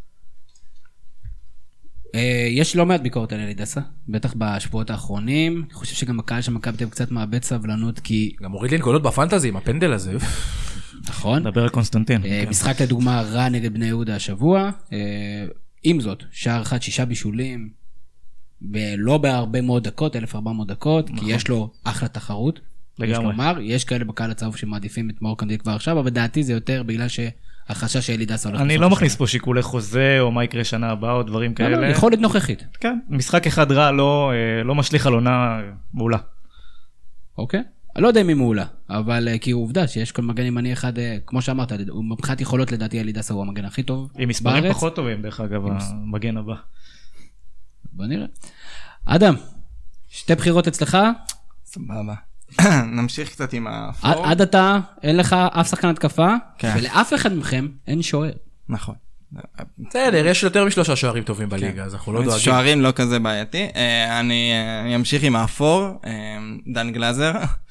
יש לא מעט ביקורת על אלי דסה, בטח בשבועות האחרונים. אני חושב שגם הקהל של מכבי תל אביב קצת מאבד סבלנות, כי... גם הוריד לי נקודות בפנטזי עם הפנדל הזה. נכון. נדבר על קונסטנטין. משחק לדוגמה רע נגד בני יהודה השבוע. עם זאת, שער אחד שישה בישולים, ולא בהרבה מאוד דקות, אלף וארבע מאות דקות, כי יש לו אחלה תחרות. יש לומר, יש כאלה בקהל הצהוב שמעדיפים את מאור קנדיל כבר עכשיו, אבל דעתי זה יותר בגלל שהחשש שאלי דסה הולך... אני לא מכניס פה שיקולי חוזה, או מה יקרה שנה הבאה, או דברים כאלה. יכולת נוכחית. כן, משחק אחד רע, לא משליך על עונה מעולה. אוקיי. אני לא יודע אם היא מעולה, אבל כי הוא עובדה שיש כל מגן ימני אחד, כמו שאמרת, מבחינת יכולות לדעתי אלי דסה הוא המגן הכי טוב בארץ. עם מספרים פחות טובים, דרך אגב, המגן הבא. בוא נראה. אדם, שתי בחירות אצלך. סבבה. נמשיך קצת עם האפור. עד אתה, אין לך אף שחקן התקפה, ולאף אחד מכם אין שוער. נכון. בסדר, יש יותר משלושה שוערים טובים בליגה, אז אנחנו לא דואגים. שוערים לא כזה בעייתי. אני אמשיך עם האפור, דן גלאזר.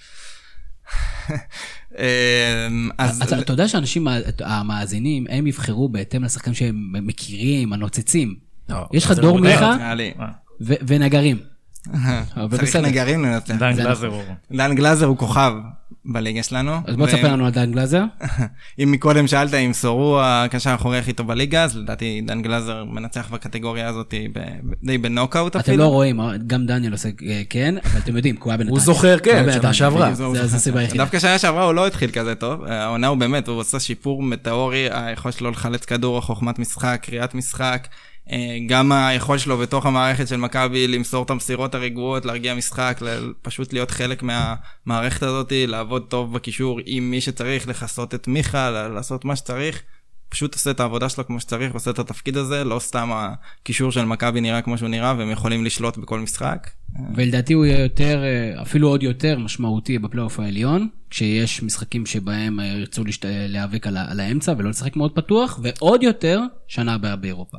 אתה יודע שאנשים, המאזינים, הם יבחרו בהתאם לשחקנים שהם מכירים, הנוצצים. יש לך דור מיכה ונגרים. צריך נגרים לנצח. דן גלאזר הוא... דן גלאזר הוא כוכב בליגה שלנו. אז בוא תספר לנו על דן גלאזר. אם מקודם שאלת אם סורו הקשר האחורי הכי טוב בליגה, אז לדעתי דן גלאזר מנצח בקטגוריה הזאת די בנוקאוט אפילו. אתם לא רואים, גם דניאל עושה כן, אבל אתם יודעים, כי הוא היה בנתניה. הוא זוכר, כן, שנה שעברה. זה הסיבה היחידה. דווקא שנה שעברה הוא לא התחיל כזה טוב. העונה הוא באמת, הוא עושה שיפור מטאורי, היכולת שלו לחלץ כדור, חוכמת משחק, קריאת משחק. גם היכולת שלו בתוך המערכת של מכבי למסור את המסירות הרגועות, להרגיע משחק, פשוט להיות חלק מהמערכת הזאת, לעבוד טוב בקישור עם מי שצריך, לחסות את מיכה, לעשות מה שצריך, פשוט עושה את העבודה שלו כמו שצריך, עושה את התפקיד הזה, לא סתם הקישור של מכבי נראה כמו שהוא נראה, והם יכולים לשלוט בכל משחק. ולדעתי הוא יהיה יותר, אפילו עוד יותר משמעותי בפלייאוף העליון, כשיש משחקים שבהם ירצו להיאבק על האמצע ולא לשחק מאוד פתוח, ועוד יותר שנה הבאה באירופה.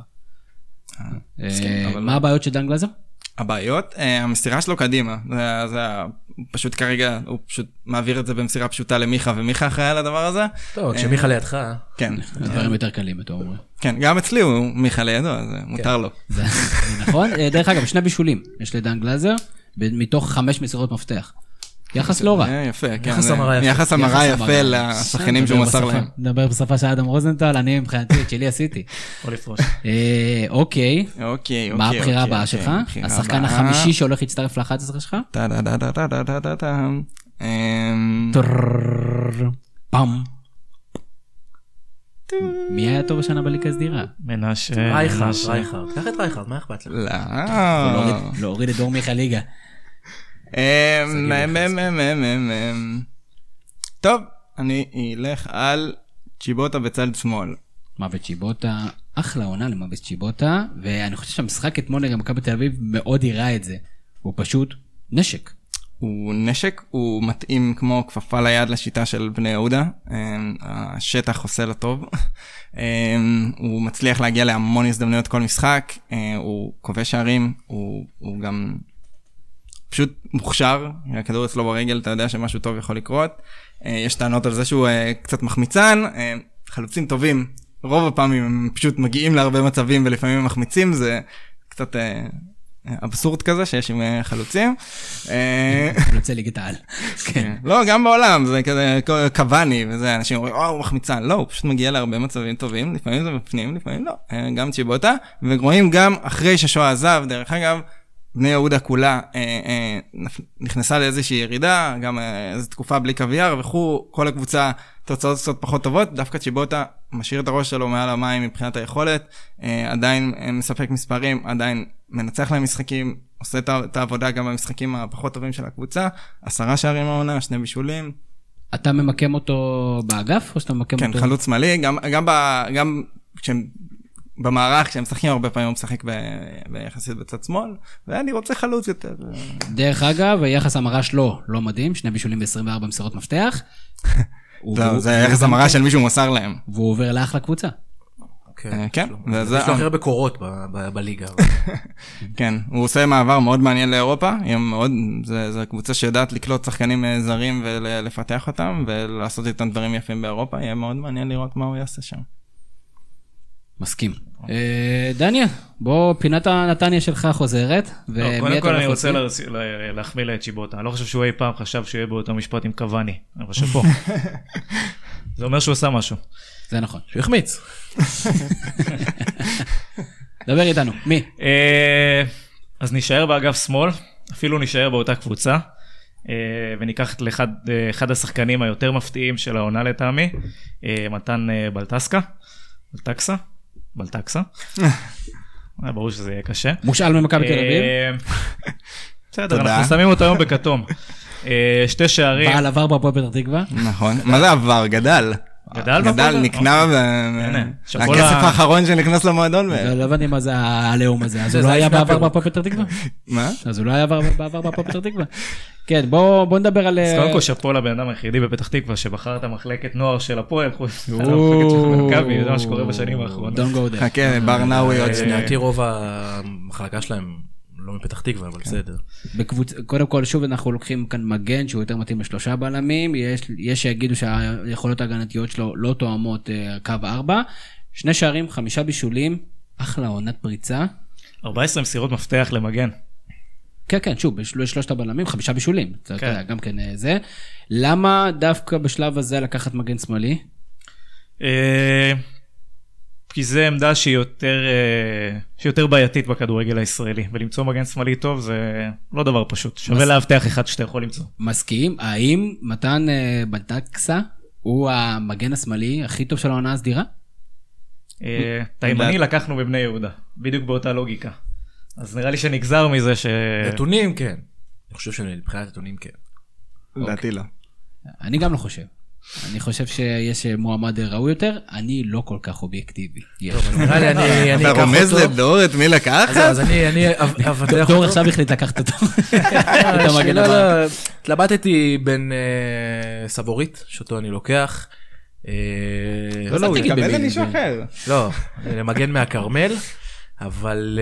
מה הבעיות של דן גלאזר? הבעיות, המסירה שלו קדימה, זה פשוט כרגע, הוא פשוט מעביר את זה במסירה פשוטה למיכה, ומיכה אחראי על הדבר הזה. טוב, כשמיכה לידך. כן. הדברים יותר קלים, אתה אומר. כן, גם אצלי הוא מיכה לידו, אז מותר לו. זה נכון. דרך אגב, שני בישולים, יש לדן גלאזר, מתוך חמש מסירות מפתח. יחס לא רע. יפה, כן. יחס המרה יפה. יחס המרה יפה לשחקנים שהוא מסר להם. נדבר בשפה של אדם רוזנטל, אני מבחינתי, את שלי עשיתי. או לפרוש. אוקיי. אוקיי, מה הבחירה הבאה שלך? השחקן החמישי שהולך להצטרף ל-אחת עשרה שלך? פאם. מי היה טוב השנה בליגה הסדירה? מנשה. רייכרד, רייכרד. קח את רייכרד, מה אכפת לך? לא. להוריד את דור מיכה ליגה. טוב, אני אלך על צ'יבוטה בצד שמאל. מוות צ'יבוטה, אחלה עונה למוות צ'יבוטה, ואני חושב שהמשחק אתמול נגד מכבי תל אביב מאוד יראה את זה. הוא פשוט נשק. הוא נשק, הוא מתאים כמו כפפה ליד לשיטה של בני יהודה. השטח עושה לו טוב. הוא מצליח להגיע להמון הזדמנויות כל משחק. הוא כובש שערים, הוא גם... פשוט מוכשר, הכדור אצלו ברגל, אתה יודע שמשהו טוב יכול לקרות. יש טענות על זה שהוא קצת מחמיצן, חלוצים טובים, רוב הפעמים הם פשוט מגיעים להרבה מצבים ולפעמים הם מחמיצים, זה קצת אבסורד כזה שיש עם חלוצים. חלוצי ליגת העל. לא, גם בעולם, זה כזה קוואני וזה, אנשים אומרים, או, הוא מחמיצן. לא, הוא פשוט מגיע להרבה מצבים טובים, לפעמים זה בפנים, לפעמים לא. גם צ'יבוטה, ורואים גם אחרי ששואה עזב, דרך אגב, בני יהודה כולה אה, אה, נכנסה לאיזושהי ירידה, גם אה, איזו תקופה בלי קוויאר וכו', כל הקבוצה תוצאות קצת פחות טובות, דווקא צ'יבוטה משאיר את הראש שלו מעל המים מבחינת היכולת, אה, עדיין אה, מספק מספרים, עדיין מנצח להם משחקים, עושה את העבודה גם במשחקים הפחות טובים של הקבוצה, עשרה שערים העונה, שני בישולים. אתה ממקם אותו באגף או שאתה ממקם כן, אותו? כן, חלוץ שמאלי, גם, גם, ב, גם כשהם... במערך, כשהם משחקים הרבה פעמים, הוא משחק ביחסית בצד שמאל, ואני רוצה חלוץ יותר. דרך אגב, היחס המרה שלו לא מדהים, שני בישולים ב-עשרים וארבע מסירות מפתח. זה יחס המרה של מישהו מוסר להם. והוא עובר לאחלה קבוצה. כן. יש לו הכי הרבה קורות בליגה. כן, הוא עושה מעבר מאוד מעניין לאירופה, זו קבוצה שיודעת לקלוט שחקנים זרים ולפתח אותם, ולעשות איתם דברים יפים באירופה, יהיה מאוד מעניין לראות מה הוא יעשה שם. מסכים. דניה, בוא, פינת הנתניה שלך חוזרת. קודם כל אני רוצה להחמיא לה את שיבוטה, אני לא חושב שהוא אי פעם חשב שהוא יהיה באותו משפט עם קוואני, אני חושב פה. זה אומר שהוא עושה משהו. זה נכון. שהוא יחמיץ. דבר איתנו, מי? אז נשאר באגף שמאל, אפילו נשאר באותה קבוצה, וניקח את אחד השחקנים היותר מפתיעים של העונה לטעמי, מתן בלטסקה, בלטקסה, בלטקסה. ברור שזה יהיה קשה. מושאל ממכבי תל אביב. בסדר, אנחנו שמים אותו היום בכתום. שתי שערים. בעל עבר בהפועל פתח תקווה. נכון. מה זה עבר? גדל. גדל? גדל, נקנה, הכסף האחרון שנכנס למועדון. לא הבנתי מה זה הלאום הזה, אז הוא לא היה בעבר בהפועל פתח תקווה? מה? אז הוא לא היה בעבר בהפועל פתח תקווה? כן, בוא נדבר על... אז קודם כל שאפו לבן אדם היחידי בפתח תקווה, שבחר את המחלקת נוער של הפועל, חוץ למחלקת של מכבי, זה מה שקורה בשנים האחרונות. חכה, ברנאווי עוד שנייה. לדעתי רוב המחלקה שלהם לא מפתח תקווה, אבל בסדר. קודם כל, שוב אנחנו לוקחים כאן מגן, שהוא יותר מתאים לשלושה בלמים, יש שיגידו שהיכולות ההגנתיות שלו לא תואמות קו ארבע, שני שערים, חמישה בישולים, אחלה עונת פריצה. ארבע עשרה מסירות מפתח למגן. כן, כן, שוב, בשלושת הבלמים, חמישה בישולים, גם כן זה. למה דווקא בשלב הזה לקחת מגן שמאלי? כי זו עמדה שהיא יותר, שהיא יותר בעייתית בכדורגל הישראלי, ולמצוא מגן שמאלי טוב זה לא דבר פשוט, שווה להבטח אחד שאתה יכול למצוא. מסכים, האם מתן בלטקסה הוא המגן השמאלי הכי טוב של העונה הסדירה? את הימני לקחנו בבני יהודה, בדיוק באותה לוגיקה. אז נראה לי שנגזר מזה ש... נתונים כן. אני חושב שבחיית נתונים כן. לדעתי לא. אני גם לא חושב. אני חושב שיש מועמד ראוי יותר, אני לא כל כך אובייקטיבי. נראה לי אני אקח אותו. אתה רומז לדור את מי לקחת? אז אני אבטח אותו. דור עכשיו החליט לקחת אותו. התלבטתי בין סבורית, שאותו אני לוקח. לא, לא, הוא יקבל למישהו אחר. לא, למגן מהקרמל, אבל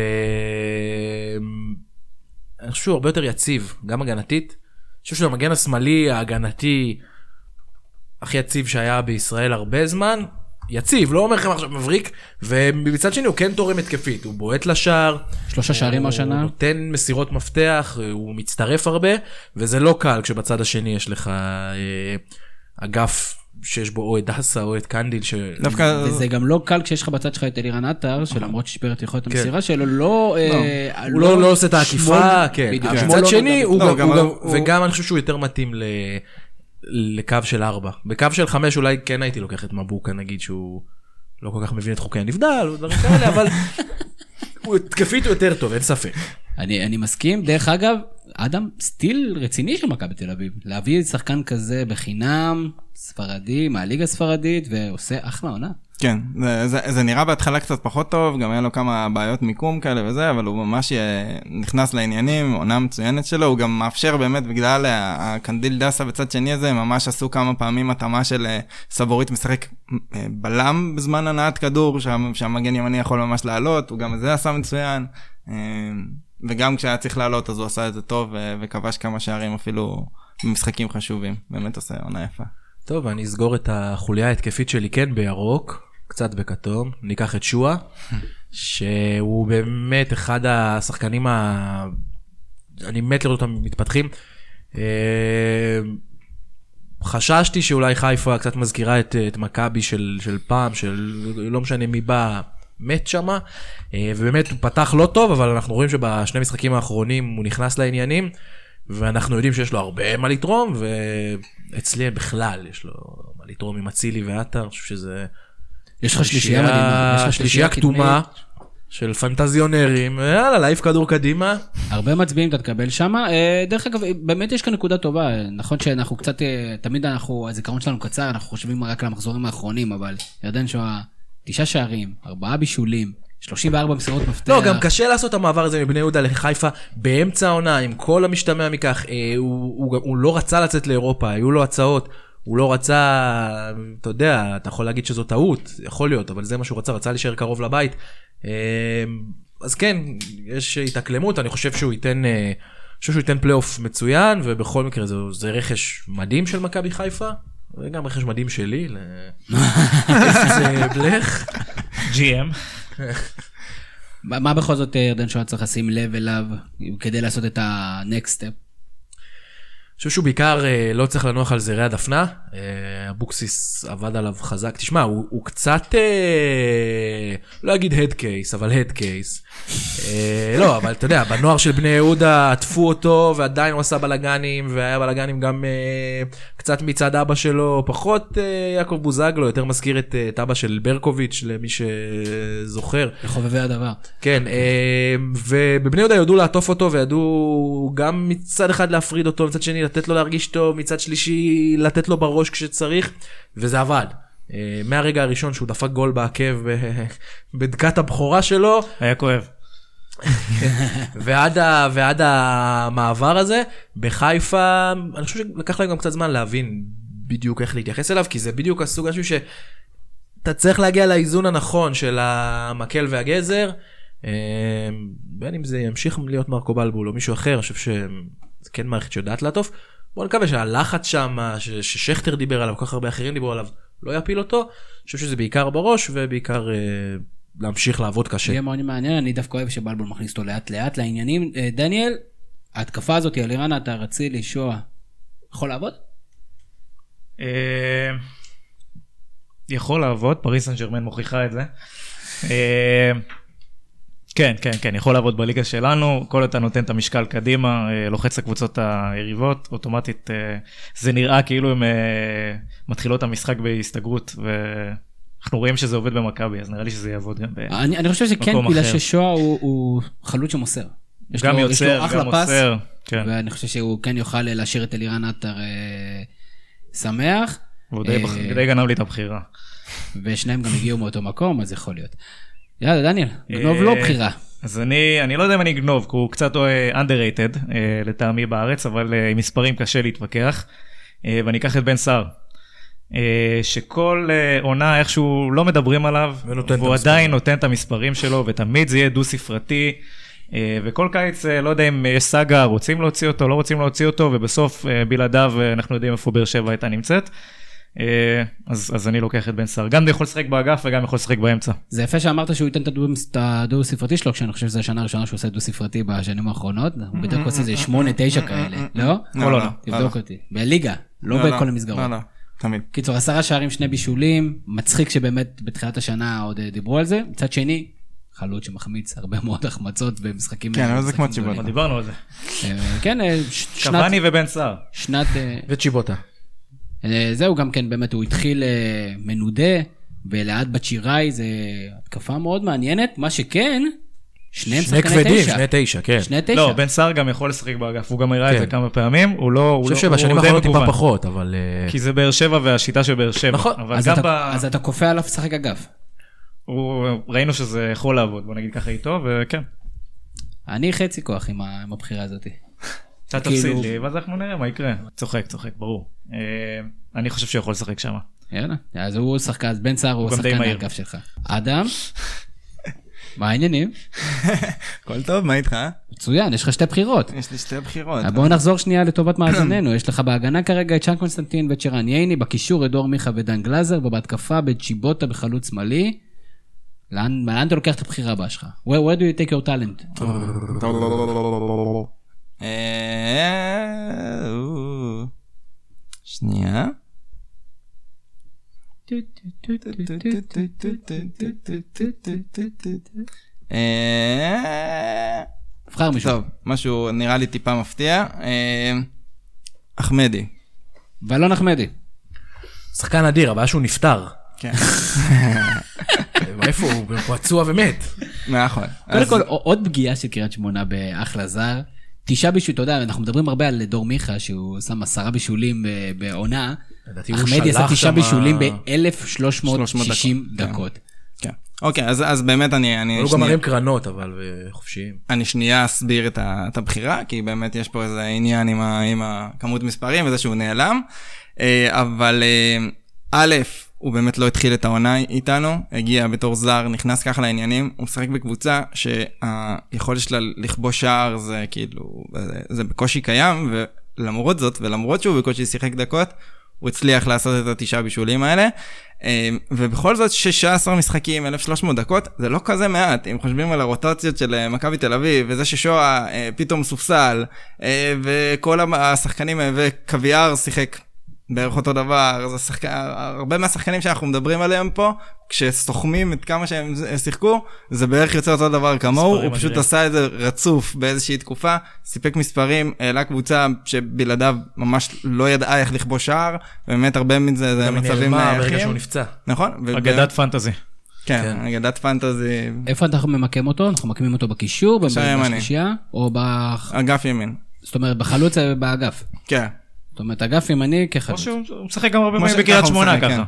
אני חושב שהוא הרבה יותר יציב, גם הגנתית. אני חושב שהוא המגן השמאלי, ההגנתי, הכי יציב שהיה בישראל הרבה זמן, יציב, לא אומר לכם עכשיו מבריק, ובצד שני הוא כן תורם התקפית, הוא בועט לשער, שלושה שערים השנה, הוא נותן מסירות מפתח, הוא מצטרף הרבה, וזה לא קל כשבצד השני יש לך אה, אגף שיש בו או את דסה או את קנדיל, ש... דווקא... וזה גם לא קל כשיש לך בצד שלך את אלירן עטר, שלמרות ששיפר את יכולת המסירה שלו, לא... הוא לא עושה את העקיפה, כן, בצד שני, וגם אני חושב שהוא יותר מתאים ל... לקו של ארבע. בקו של חמש אולי כן הייתי לוקח את מבוקה, נגיד שהוא לא כל כך מבין את חוקי הנבדל, או דברים כאלה, אבל הוא תקפית הוא יותר טוב, אין ספק. אני, אני מסכים. דרך אגב, אדם סטיל רציני של מכבי תל אביב. להביא שחקן כזה בחינם, ספרדי, מהליגה הספרדית, ועושה אחלה עונה. כן, זה, זה, זה נראה בהתחלה קצת פחות טוב, גם היה לו כמה בעיות מיקום כאלה וזה, אבל הוא ממש נכנס לעניינים, עונה מצוינת שלו, הוא גם מאפשר באמת, בגלל הקנדיל דסה בצד שני הזה, ממש עשו כמה פעמים התאמה של סבורית משחק בלם בזמן הנעת כדור, שהמגן ימני יכול ממש לעלות, הוא גם את זה עשה מצוין, וגם כשהיה צריך לעלות, אז הוא עשה את זה טוב, וכבש כמה שערים אפילו במשחקים חשובים, באמת עושה עונה יפה. טוב, אני אסגור את החוליה ההתקפית שלי כן בירוק, קצת בכתום, ניקח את שואה, שהוא באמת אחד השחקנים ה... אני מת לראות אותם מתפתחים. חששתי שאולי חיפה קצת מזכירה את, את מכבי של, של פעם, של לא משנה מי בא, מת שמה, ובאמת הוא פתח לא טוב, אבל אנחנו רואים שבשני משחקים האחרונים הוא נכנס לעניינים, ואנחנו יודעים שיש לו הרבה מה לתרום, ואצלי בכלל יש לו מה לתרום עם אצילי ועטר, אני חושב שזה... יש לך שלישייה מדהימה, יש לך שלישייה כתומה של פנטזיונרים, יאללה, להעיף כדור קדימה. הרבה מצביעים אתה תקבל שם, דרך אגב, באמת יש כאן נקודה טובה, נכון שאנחנו קצת, תמיד אנחנו, הזיכרון שלנו קצר, אנחנו חושבים רק על המחזורים האחרונים, אבל ירדן שואה, תשעה שערים, ארבעה בישולים, שלושים וארבע מסירות מפתח. לא, גם קשה לעשות את המעבר הזה מבני יהודה לחיפה באמצע העונה, עם כל המשתמע מכך, הוא, הוא, הוא לא רצה לצאת לאירופה, היו לו הצעות, הוא לא רצה, אתה יודע, אתה יכול להגיד שזו טעות, יכול להיות, אבל זה מה שהוא רצה, רצה להישאר קרוב לבית. אז כן, יש התאקלמות, אני חושב שהוא ייתן, אני חושב שהוא ייתן פלייאוף מצוין, ובכל מקרה זה, זה רכש מדהים של מכבי חיפה, וגם רכש מדהים שלי, בלך. ג'י אם. מה בכל זאת ירדן שואה צריך לשים לב אליו, כדי לעשות את ה-next step? אני חושב שהוא בעיקר לא צריך לנוח על זרי הדפנה, אבוקסיס עבד עליו חזק, תשמע, הוא, הוא קצת, לא אגיד head case, אבל head case, לא, אבל אתה יודע, בנוער של בני יהודה עטפו אותו, ועדיין הוא עשה בלגנים, והיה בלגנים גם קצת מצד אבא שלו, פחות יעקב בוזגלו, יותר מזכיר את, את אבא של ברקוביץ', למי שזוכר. לחובבי הדבר. כן, ובבני יהודה ידעו לעטוף אותו, וידעו גם מצד אחד להפריד אותו, מצד שני לתת לו להרגיש טוב, מצד שלישי לתת לו בראש כשצריך, וזה עבד. מהרגע הראשון שהוא דפק גול בעקב בדקת הבכורה שלו. היה כואב. ועד, ה, ועד המעבר הזה, בחיפה, אני חושב שלקח להם גם קצת זמן להבין בדיוק איך להתייחס אליו, כי זה בדיוק הסוג השני שאתה צריך להגיע לאיזון הנכון של המקל והגזר, בין אם זה ימשיך להיות מרקו בלבול או מישהו אחר, אני חושב שזה כן מערכת שיודעת לעטוף, בואו נקווה שהלחץ שם, ששכטר דיבר עליו, כל כך הרבה אחרים דיברו עליו, לא יפיל אותו, אני חושב שזה בעיקר בראש, ובעיקר להמשיך לעבוד קשה. יהיה מאוד מעניין, אני דווקא אוהב שבלבול מכניס אותו לאט לאט לעניינים. דניאל, ההתקפה הזאת, אלירן, אתה רצי לישוע, יכול לעבוד? יכול לעבוד, פריס סן ז'רמן מוכיחה את זה. כן, כן, כן, יכול לעבוד בליגה שלנו, כל אתה נותן את המשקל קדימה, לוחץ לקבוצות היריבות, אוטומטית זה נראה כאילו הם מתחילות המשחק בהסתגרות, ואנחנו רואים שזה עובד במכבי, אז נראה לי שזה יעבוד גם במקום אחר. אני חושב שכן, בגלל ששואה הוא חלוץ שמוסר. גם יוצר, גם מוסר. ואני חושב שהוא כן יוכל להשאיר את אלירן עטר שמח. והוא די גנב לי את הבחירה. ושניהם גם הגיעו מאותו מקום, אז יכול להיות. יאללה, דניאל, גנוב לא בחירה. אז אני, אני לא יודע אם אני גנוב, כי הוא קצת underrated לטעמי בארץ, אבל עם מספרים קשה להתווכח, ואני אקח את בן סער, שכל עונה איכשהו לא מדברים עליו, והוא עדיין נותן את המספרים שלו, ותמיד זה יהיה דו ספרתי, וכל קיץ, לא יודע אם יש סאגה, רוצים להוציא אותו, לא רוצים להוציא אותו, ובסוף בלעדיו אנחנו יודעים איפה באר שבע הייתה נמצאת, אז, אז אני לוקח את בן סער. גם יכול לשחק באגף וגם יכול לשחק באמצע. זה יפה שאמרת שהוא ייתן את הדו ספרתי שלו, כשאני חושב שזו השנה הראשונה שהוא עושה דו ספרתי בשנים האחרונות. הוא בדרך כלל עושה איזה שמונה, תשע כאלה, לא? כל עונה. תבדוק אותי. בליגה, לא בכל המסגרות. לא, לא, תמיד. קיצור, עשרה שערים, שני בישולים, מצחיק שבאמת בתחילת השנה עוד דיברו על זה. מצד שני, חלוץ שמחמיץ הרבה מאוד החמצות במשחקים. כן, אבל זה כמו צ'יבוטה. דיברנו על זה. כן, קוואני ובן סער. שנת... וצ'יבוטה. זהו גם כן, באמת הוא התחיל מנודה, ולעד בצ'יראי זה התקפה מאוד מעניינת, מה שכן, שניהם שני כבדים, שני תשע, כן. שני תשע. לא, בן סער גם יכול לשחק באגף, הוא גם הראה את זה כמה פעמים, הוא לא... אני חושב שבשנים האחרונות טיפה פחות, אבל... כי זה באר שבע והשיטה של באר שבע. נכון, אז אתה כופה עליו לשחק אגף. ראינו שזה יכול לעבוד, בוא נגיד ככה איתו, וכן. אני חצי כוח עם הבחירה הזאת. אתה תפסיד לי, ואז אנחנו נראה מה יקרה. צוחק, צוחק, ברור. אני חושב שיכול לשחק שם. יאללה, אז הוא שחקן, אז בן סער הוא שחקן האגף שלך. אדם, מה העניינים? הכל טוב, מה איתך? מצוין, יש לך שתי בחירות. יש לי שתי בחירות. בואו נחזור שנייה לטובת מאזיננו. יש לך בהגנה כרגע את שאן קונסטנטין וצ'רן ייני, בקישור את דור מיכה ודן גלזר, ובהתקפה בצ'יבוטה בחלוץ שמאלי. לאן אתה לוקח את הבחירה הבאה שלך? Where do you take your talent? שנייה. נבחר מישהו. טוב, משהו נראה לי טיפה מפתיע. אחמדי. ואלון אחמדי. שחקן אדיר, הבעיה שהוא נפטר. כן. איפה הוא? הוא פצוע ומת. נכון. קודם כל, עוד פגיעה של קריית שמונה באחלה זר. תשעה בישול, אתה יודע, אנחנו מדברים הרבה על דור מיכה, שהוא שם עשרה בישולים בעונה. אחמדי עשה תשעה בישולים ב-אלף שלוש מאות שישים דקות. כן. אוקיי, אז באמת אני... הוא גם מראים קרנות, אבל חופשיים. אני שנייה אסביר את הבחירה, כי באמת יש פה איזה עניין עם הכמות מספרים, וזה שהוא נעלם. אבל א', הוא באמת לא התחיל את העונה איתנו, הגיע בתור זר, נכנס ככה לעניינים, הוא משחק בקבוצה שהיכולת שלה לכבוש שער זה כאילו, זה בקושי קיים, ולמרות זאת, ולמרות שהוא בקושי שיחק דקות, הוא הצליח לעשות את התשעה בישולים האלה, ובכל זאת שש עשרה משחקים, אלף ושלוש מאות דקות, זה לא כזה מעט, אם חושבים על הרוטציות של מכבי תל אביב, וזה ששואה פתאום סופסל, וכל השחקנים, וקוויאר שיחק בערך אותו דבר, זה שחק... הרבה מהשחקנים שאנחנו מדברים עליהם פה, כשסוכמים את כמה שהם שיחקו, זה בערך יוצא אותו דבר כמוהו, הוא פשוט עשה את זה רצוף באיזושהי תקופה, סיפק מספרים, העלה קבוצה שבלעדיו ממש לא ידעה איך לכבוש שער, ובאמת הרבה מזה זה מצבים נייחים. ברגע שהוא נפצע. נכון. אגדת פנטזי. כן, אגדת פנטזי. איפה אנחנו ממקם אותו? אנחנו ממקמים אותו בקישור, בשלישייה, או באגף ימין. זאת אומרת, בחלוץ באגף. כן. זאת אומרת, אגף ימני כחלוץ. הוא משחק גם הרבה פעמים בקריית שמונה ככה.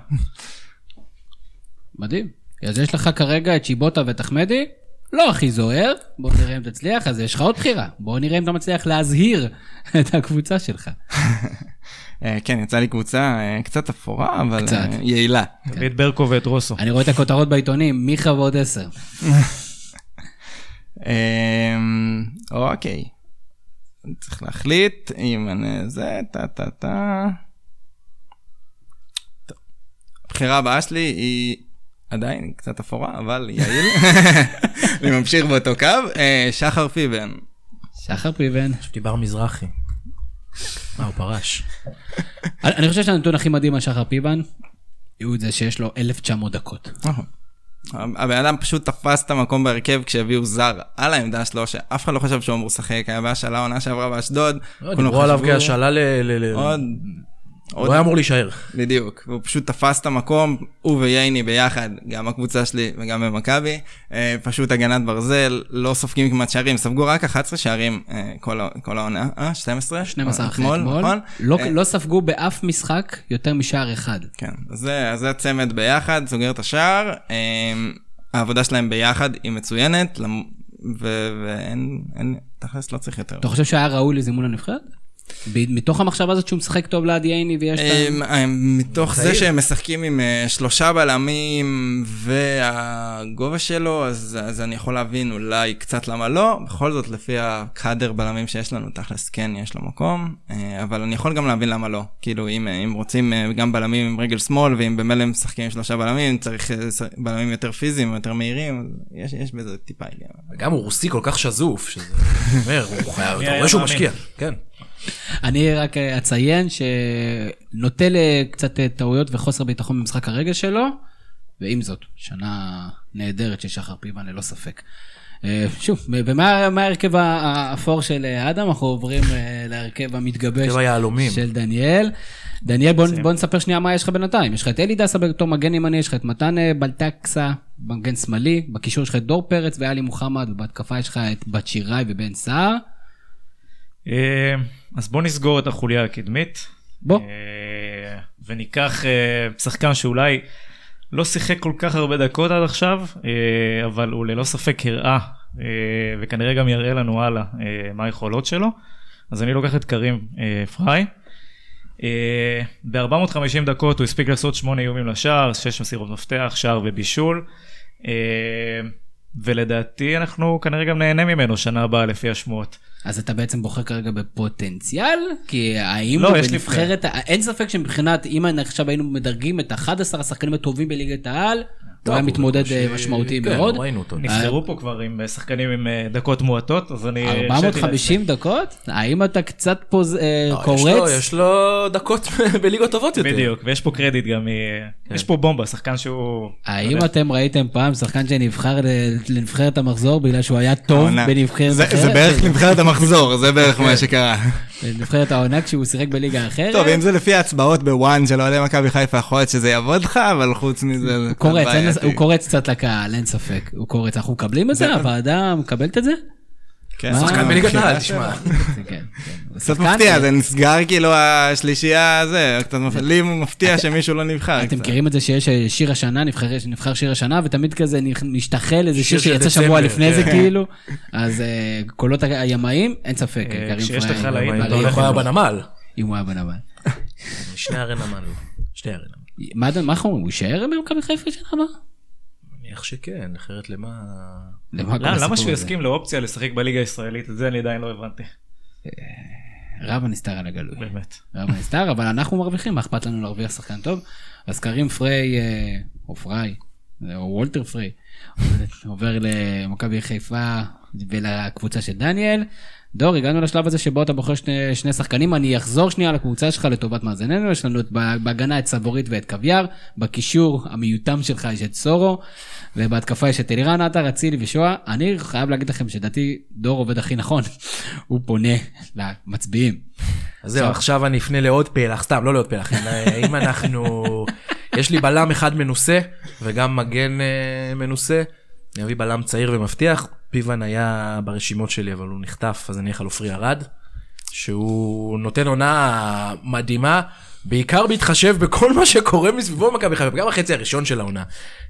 מדהים. אז יש לך כרגע את שיבוטה ואת אחמדי, לא הכי זוהר, בוא נראה אם תצליח, אז יש לך עוד בחירה. בוא נראה אם אתה מצליח להזהיר את הקבוצה שלך. כן, יצא לי קבוצה קצת אפורה, אבל יעילה. ואת ברקו ואת רוסו. אני רואה את הכותרות בעיתונים, מיכה ועוד עשר. אוקיי. צריך להחליט אם אני זה, טה טה טה. הבחירה הבאה שלי היא עדיין קצת אפורה, אבל יעיל. אני ממשיך באותו קו. שחר פיבן. שחר פיבן. חשבתי בר מזרחי. מה, הוא פרש. אני חושב שהנתון הכי מדהים על שחר פיבן, הוא את זה שיש לו אלף תשע מאות דקות. הבן אדם פשוט תפס את המקום בהרכב כשהביאו זר על העמדה שלו, שאף אחד לא חשב שהוא אמור לשחק, היה בהשאלה עונה שעברה באשדוד. דיברו עליו כהשאלה ל... עוד... הוא היה אמור להישאר. בדיוק, והוא פשוט תפס את המקום, הוא וייני ביחד, גם הקבוצה שלי וגם במכבי, פשוט הגנת ברזל, לא סופגים כמעט שערים, ספגו רק אחת עשרה שערים כל העונה, אה? שתים עשרה? שתים עשרה אתמול, נכון? לא ספגו באף משחק יותר משער אחד. כן, אז זה צמד ביחד, סוגר את השער, העבודה שלהם ביחד היא מצוינת, ואין, תכלס לא צריך יותר. אתה חושב שהיה ראוי לזימון הנבחרת? מתוך המחשבה הזאת שהוא משחק טוב ליד ייני ויש להם... מתוך זה שהם משחקים עם שלושה בלמים והגובה שלו, אז אני יכול להבין אולי קצת למה לא, בכל זאת לפי הקאדר בלמים שיש לנו, תכלס כן יש לו מקום, אבל אני יכול גם להבין למה לא, כאילו אם רוצים גם בלמים עם רגל שמאל, ואם במילא הם משחקים עם שלושה בלמים, צריך בלמים יותר פיזיים, יותר מהירים, יש בזה טיפה עניין. וגם הוא רוסי כל כך שזוף, שזה אומר, הוא חייב, אתה רואה שהוא משקיע, כן. אני רק אציין שנוטה לקצת טעויות וחוסר ביטחון במשחק הרגל שלו, ועם זאת, שנה נהדרת של שחר פיבן ללא ספק. שוב, ומה ההרכב האפור של אדם? אנחנו עוברים להרכב המתגבש של דניאל. דניאל, בוא נספר שנייה מה יש לך בינתיים. יש לך את אלי דסה בתור מגן ימני, יש לך את מתן בלטקסה, מגן שמאלי, בקישור יש לך את דור פרץ ואלי מוחמד, ובהתקפה יש לך את בת שיראי ובן סער. אז בוא נסגור את החוליה הקדמית. בוא. וניקח שחקן שאולי לא שיחק כל כך הרבה דקות עד עכשיו, אבל הוא ללא ספק הראה, וכנראה גם יראה לנו הלאה מה היכולות שלו. אז אני לוקח את קרים פריי. ב-ארבע מאות וחמישים דקות הוא הספיק לעשות שמונה איומים לשער, שש מסירות מפתח, שער ובישול. ולדעתי אנחנו כנראה גם נהנה ממנו שנה הבאה לפי השמועות. אז אתה בעצם בוחר כרגע בפוטנציאל? כי האם הוא בנבחרת, אין ספק שמבחינת, אם עכשיו היינו מדרגים את אחד עשר השחקנים הטובים בליגת העל, הוא היה מתמודד משמעותי מאוד. נבחרו פה כבר עם שחקנים עם דקות מועטות, אז אני... ארבע מאות וחמישים דקות? האם אתה קצת קורץ? יש לו דקות בליגות טובות יותר. בדיוק, ויש פה קרדיט גם, יש פה בומבה, שחקן שהוא... האם אתם ראיתם פעם שחקן שנבחר לנבחרת המחזור, בגלל שהוא היה טוב בנבחרת אחרת? זה בערך נבחרת המחזור, זה בערך מה שקרה. נבחרת העונה כשהוא שיחק בליגה אחרת. טוב, אם זה לפי ההצבעות בוואן של אוהדי מכבי חיפה, יכול להיות שזה יעבוד לך, אבל חוץ מזה... הוא קורץ קצת לקהל, אין ספק. הוא קורץ, אנחנו מקבלים את זה? הוועדה מקבלת את זה? שחקן בליגת העל, תשמע. קצת מפתיע, זה נסגר כאילו השלישייה הזה, לי מפתיע שמישהו לא נבחר. אתם מכירים את זה שיש שיר השנה, נבחר שיר השנה, ותמיד כזה נשתחל איזה שיר שיצא שבוע לפני זה כאילו, אז קולות הימאים, אין ספק. כשיש לך להעיד, אם הוא היה בנמל. אם הוא היה בנמל. שני הרי נמל, שתי הרי נמל. מה מה אנחנו אומרים? הוא יישאר במכבי חיפה שנה הבאה? מניח שכן, אחרת למה... למה שהוא יסכים לאופציה לשחק בליגה הישראלית? את זה אני עדיין לא הבנתי. רב הנסתר על הגלוי. באמת. רב הנסתר, אבל אנחנו מרוויחים, מה אכפת לנו להרוויח שחקן טוב? אז קרים פריי, או פריי, או וולטר פריי, עובר למכבי חיפה ולקבוצה של דניאל. דור, הגענו לשלב הזה שבו אתה בוחר שני, שני שחקנים, אני אחזור שנייה לקבוצה שלך לטובת מאזיננו, יש לנו בהגנה את סבורית ואת קוויאר, בקישור המיותם שלך יש את סורו, ובהתקפה יש את אלירן עטר, אצילי ושואה. אני חייב להגיד לכם שדעתי דור עובד הכי נכון, הוא פונה למצביעים. אז זהו, עכשיו אני אפנה לעוד פלח, סתם, לא לעוד פלח, אם אנחנו, יש לי בלם אחד מנוסה, וגם מגן מנוסה, אני אביא בלם צעיר ומבטיח, פיוון היה ברשימות שלי, אבל הוא נחטף, אז אני איך על עופרי ארד, שהוא נותן עונה מדהימה, בעיקר בהתחשב בכל מה שקורה מסביבו מכבי חיפה, גם החצי הראשון של העונה.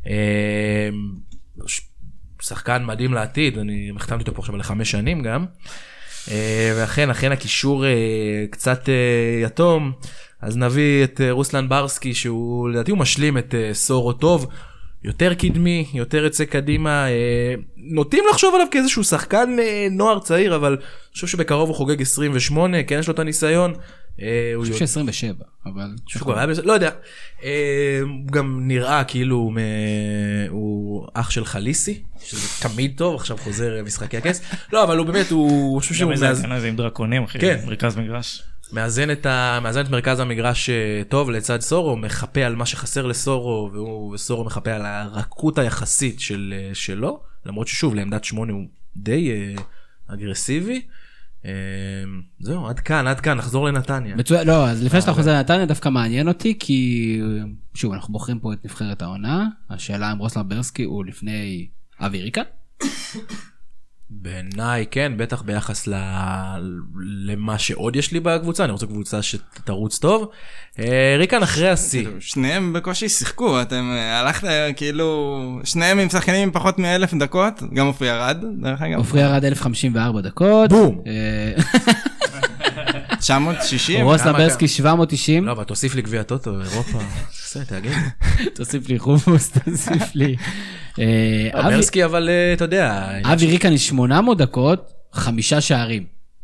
שחקן מדהים לעתיד, אני מחתמתי אותו פה עכשיו לחמש שנים גם, ואכן, אכן הקישור קצת יתום, אז נביא את רוסלן ברסקי, שהוא לדעתי הוא משלים את סורו טוב, יותר קדמי, יותר יצא קדימה, נוטים לחשוב עליו כאיזשהו שחקן נוער צעיר, אבל אני חושב שבקרוב הוא חוגג עשרים ושמונה, כן יש לו את הניסיון. אני חושב ש-עשרים ושבע, אבל... לא יודע, הוא גם נראה כאילו הוא אח של חליסי, שזה תמיד טוב, עכשיו חוזר משחקי הכס, לא אבל הוא באמת, הוא... גם איזה הגנה זה עם דרקונים, אחי, מרכז מגרש. מאזן את, ה... מאזן את מרכז המגרש טוב לצד סורו, מחפה על מה שחסר לסורו, והוא... וסורו מחפה על הרכות היחסית של... שלו, למרות ששוב, לעמדת שמונה הוא די uh, אגרסיבי. Uh, זהו, עד כאן, עד כאן, נחזור לנתניה. מצוין, לא, אז לפני שאתה חוזר לנתניה, דווקא מעניין אותי, כי שוב, אנחנו בוחרים פה את נבחרת העונה, השאלה אם רוסלן ברסקי הוא לפני אבי ריקן? בעיניי כן, בטח ביחס ל... למה שעוד יש לי בקבוצה, אני רוצה קבוצה שתרוץ טוב. ריקן אחרי השיא. שניהם בקושי שיחקו, אתם הלכת כאילו, שניהם עם שחקנים עם פחות מאלף דקות, גם עופרי ארד, דרך אגב. עופרי ארד אלף חמישים וארבע דקות. בום! תשע מאות שישים. רוסלן ברסקי שבע מאות תשעים. לא, אבל תוסיף לי גביע טוטו, אירופה. בסדר, תאגד. תוסיף לי חומוס, תוסיף לי. ברסקי אבל אתה יודע. אבי ריקן היא שמונה מאות דקות, חמישה שערים.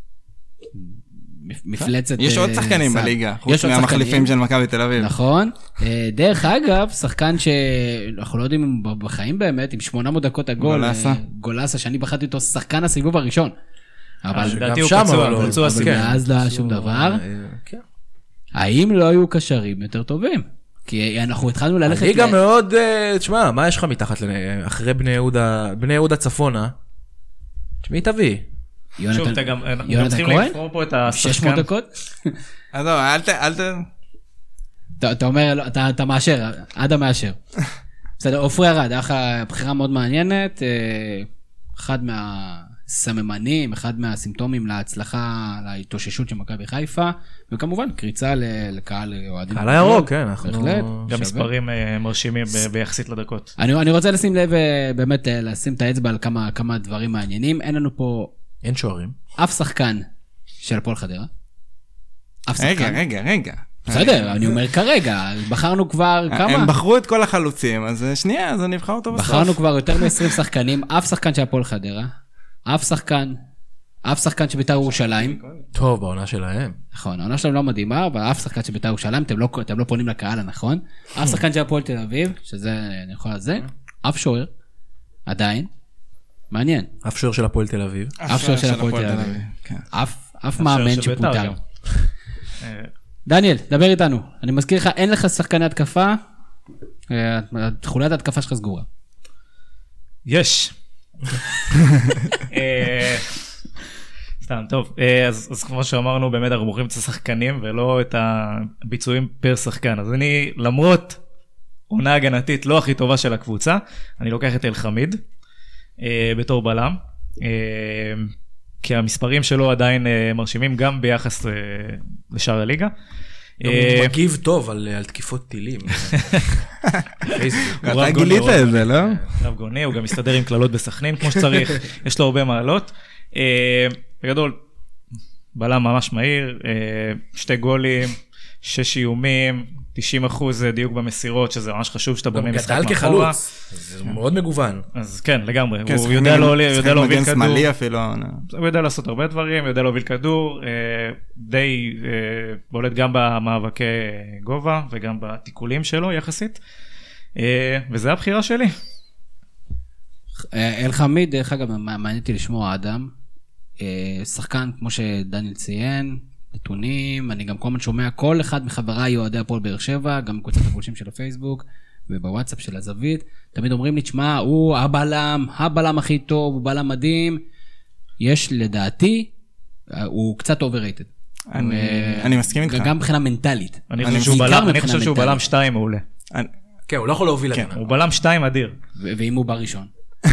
מפלצת. יש עוד שחקנים בליגה, חוץ מהמחליפים של מכבי תל אביב. נכון. דרך אגב, שחקן שאנחנו לא יודעים אם הוא בחיים באמת, עם שמונה מאות דקות הגול. גולסה. גולסה, שאני בחרתי אותו שחקן הסיבוב הראשון. אבל גם שם, אבל מאז לא היה שום דבר. האם לא היו קשרים יותר טובים? כי אנחנו התחלנו ללכת... ליגה מאוד, תשמע, מה יש לך מתחת אחרי בני יהודה, בני יהודה צפונה? תשמעי תביא. שוב, אתה גם, אנחנו גם צריכים לבחור פה את השחקן. שש מאות דקות? אז לא, אל ת... אל ת... אתה אומר, אתה מאשר, עדה מאשר. בסדר, עופרי ארד, היה לך בחירה מאוד מעניינת, אחד מהסממנים, אחד מהסימפטומים להצלחה, להתאוששות של מכבי חיפה, וכמובן, קריצה לקהל אוהדים. קהל הירוק, כן, אנחנו... גם מספרים מרשימים ביחסית לדקות. אני רוצה לשים לב, באמת, לשים את האצבע על כמה דברים מעניינים. אין לנו פה... אין שוערים. אף שחקן של הפועל חדרה. רגע, רגע, רגע. בסדר, אני אומר כרגע, בחרנו כבר כמה? הם בחרו את כל החלוצים, אז שנייה, אז אני אבחר אותו בסוף. בחרנו כבר יותר מ-עשרים שחקנים, אף שחקן של הפועל חדרה, אף שחקן, אף שחקן של בית"ר ירושלים. טוב, בעונה שלהם. נכון, העונה שלהם לא מדהימה, אבל אף שחקן של בית"ר ירושלים, אתם לא, אתם לא פונים לקהל הנכון. אף שחקן של הפועל תל אביב, שזה, אני יכול לזה, אף שוער, עדיין, מעניין. אף שוער של הפועל תל אביב. אף שוער של הפועל תל אביב. אף מאמן שפוטר. דניאל, דבר איתנו. אני מזכיר לך, אין לך שחקני התקפה, תחולת ההתקפה שלך סגורה. יש. סתם, טוב. אז כמו שאמרנו, באמת אנחנו בוחרים את השחקנים, ולא את הביצועים פר שחקן. אז אני, למרות עונה הגנתית לא הכי טובה של הקבוצה, אני לוקח את אל חמיד, בתור בלם. כי המספרים שלו עדיין מרשימים גם ביחס לשאר הליגה. הוא מגיב טוב על תקיפות טילים. אתה גילית את זה, לא? רב גאוני, הוא גם מסתדר עם כללות בסכנין כמו שצריך, יש לו הרבה מעלות. בגדול, בלם ממש מהיר, שתי גולים, שש איומים, תשעים אחוז דיוק במסירות, שזה ממש חשוב שאתה בונה משחק גדל מאחורה. כחלוץ, זה מאוד מגוון. אז כן, לגמרי, כן, הוא יודע להוביל כדור. מגן שמאלי אפילו. הוא יודע לעשות הרבה דברים, יודע להוביל כדור, די בולט גם במאבקי גובה, וגם בתיקולים שלו יחסית. וזה הבחירה שלי. אלחמיד, דרך אגב, מעניינתי לשמוע אדם, שחקן כמו שדניאל ציין, נתונים, אני גם כל הזמן שומע כל אחד מחבריי אוהדי הפועל באר שבע, גם בקבוצת הפולשים של הפייסבוק ובוואטסאפ של הזווית, תמיד אומרים לי, תשמע, הוא הבלם, הבלם הכי טוב, הוא בלם מדהים, יש לדעתי, הוא קצת overrated. אני מסכים איתך. גם מבחינה מנטלית. אני חושב שהוא בלם שתיים מעולה. כן, הוא לא יכול להוביל הגנה. הוא בלם שתיים אדיר. ואם הוא בא ראשון.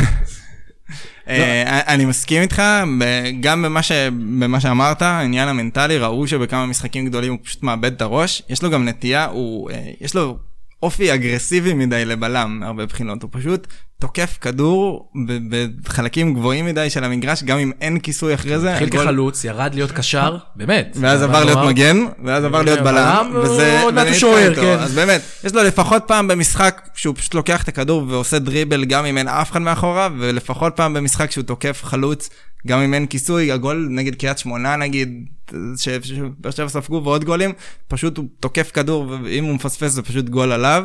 אני מסכים איתך, גם במה שאמרת, העניין המנטלי, ראו שבכמה משחקים גדולים הוא פשוט מאבד את הראש, יש לו גם נטייה, יש לו אופי אגרסיבי מדי לבלם, הרבה בחינות, הוא פשוט תוקף כדור בחלקים גבוהים מדי של המגרש, גם אם אין כיסוי אחרי זה. התחיל כחלוץ, ירד להיות קשר, באמת. ואז עבר להיות מגן, ואז עבר להיות בלם, וזה... אז באמת, יש לו לפחות פעם במשחק שהוא פשוט לוקח את הכדור ועושה דריבל גם אם אין אף אחד מאחורה, ולפחות פעם במשחק שהוא תוקף חלוץ, גם אם אין כיסוי, הגול נגד קריית שמונה נגיד, שבאר שבע ספגו ועוד גולים, פשוט הוא תוקף כדור, ואם הוא מפספס זה פשוט גול עליו.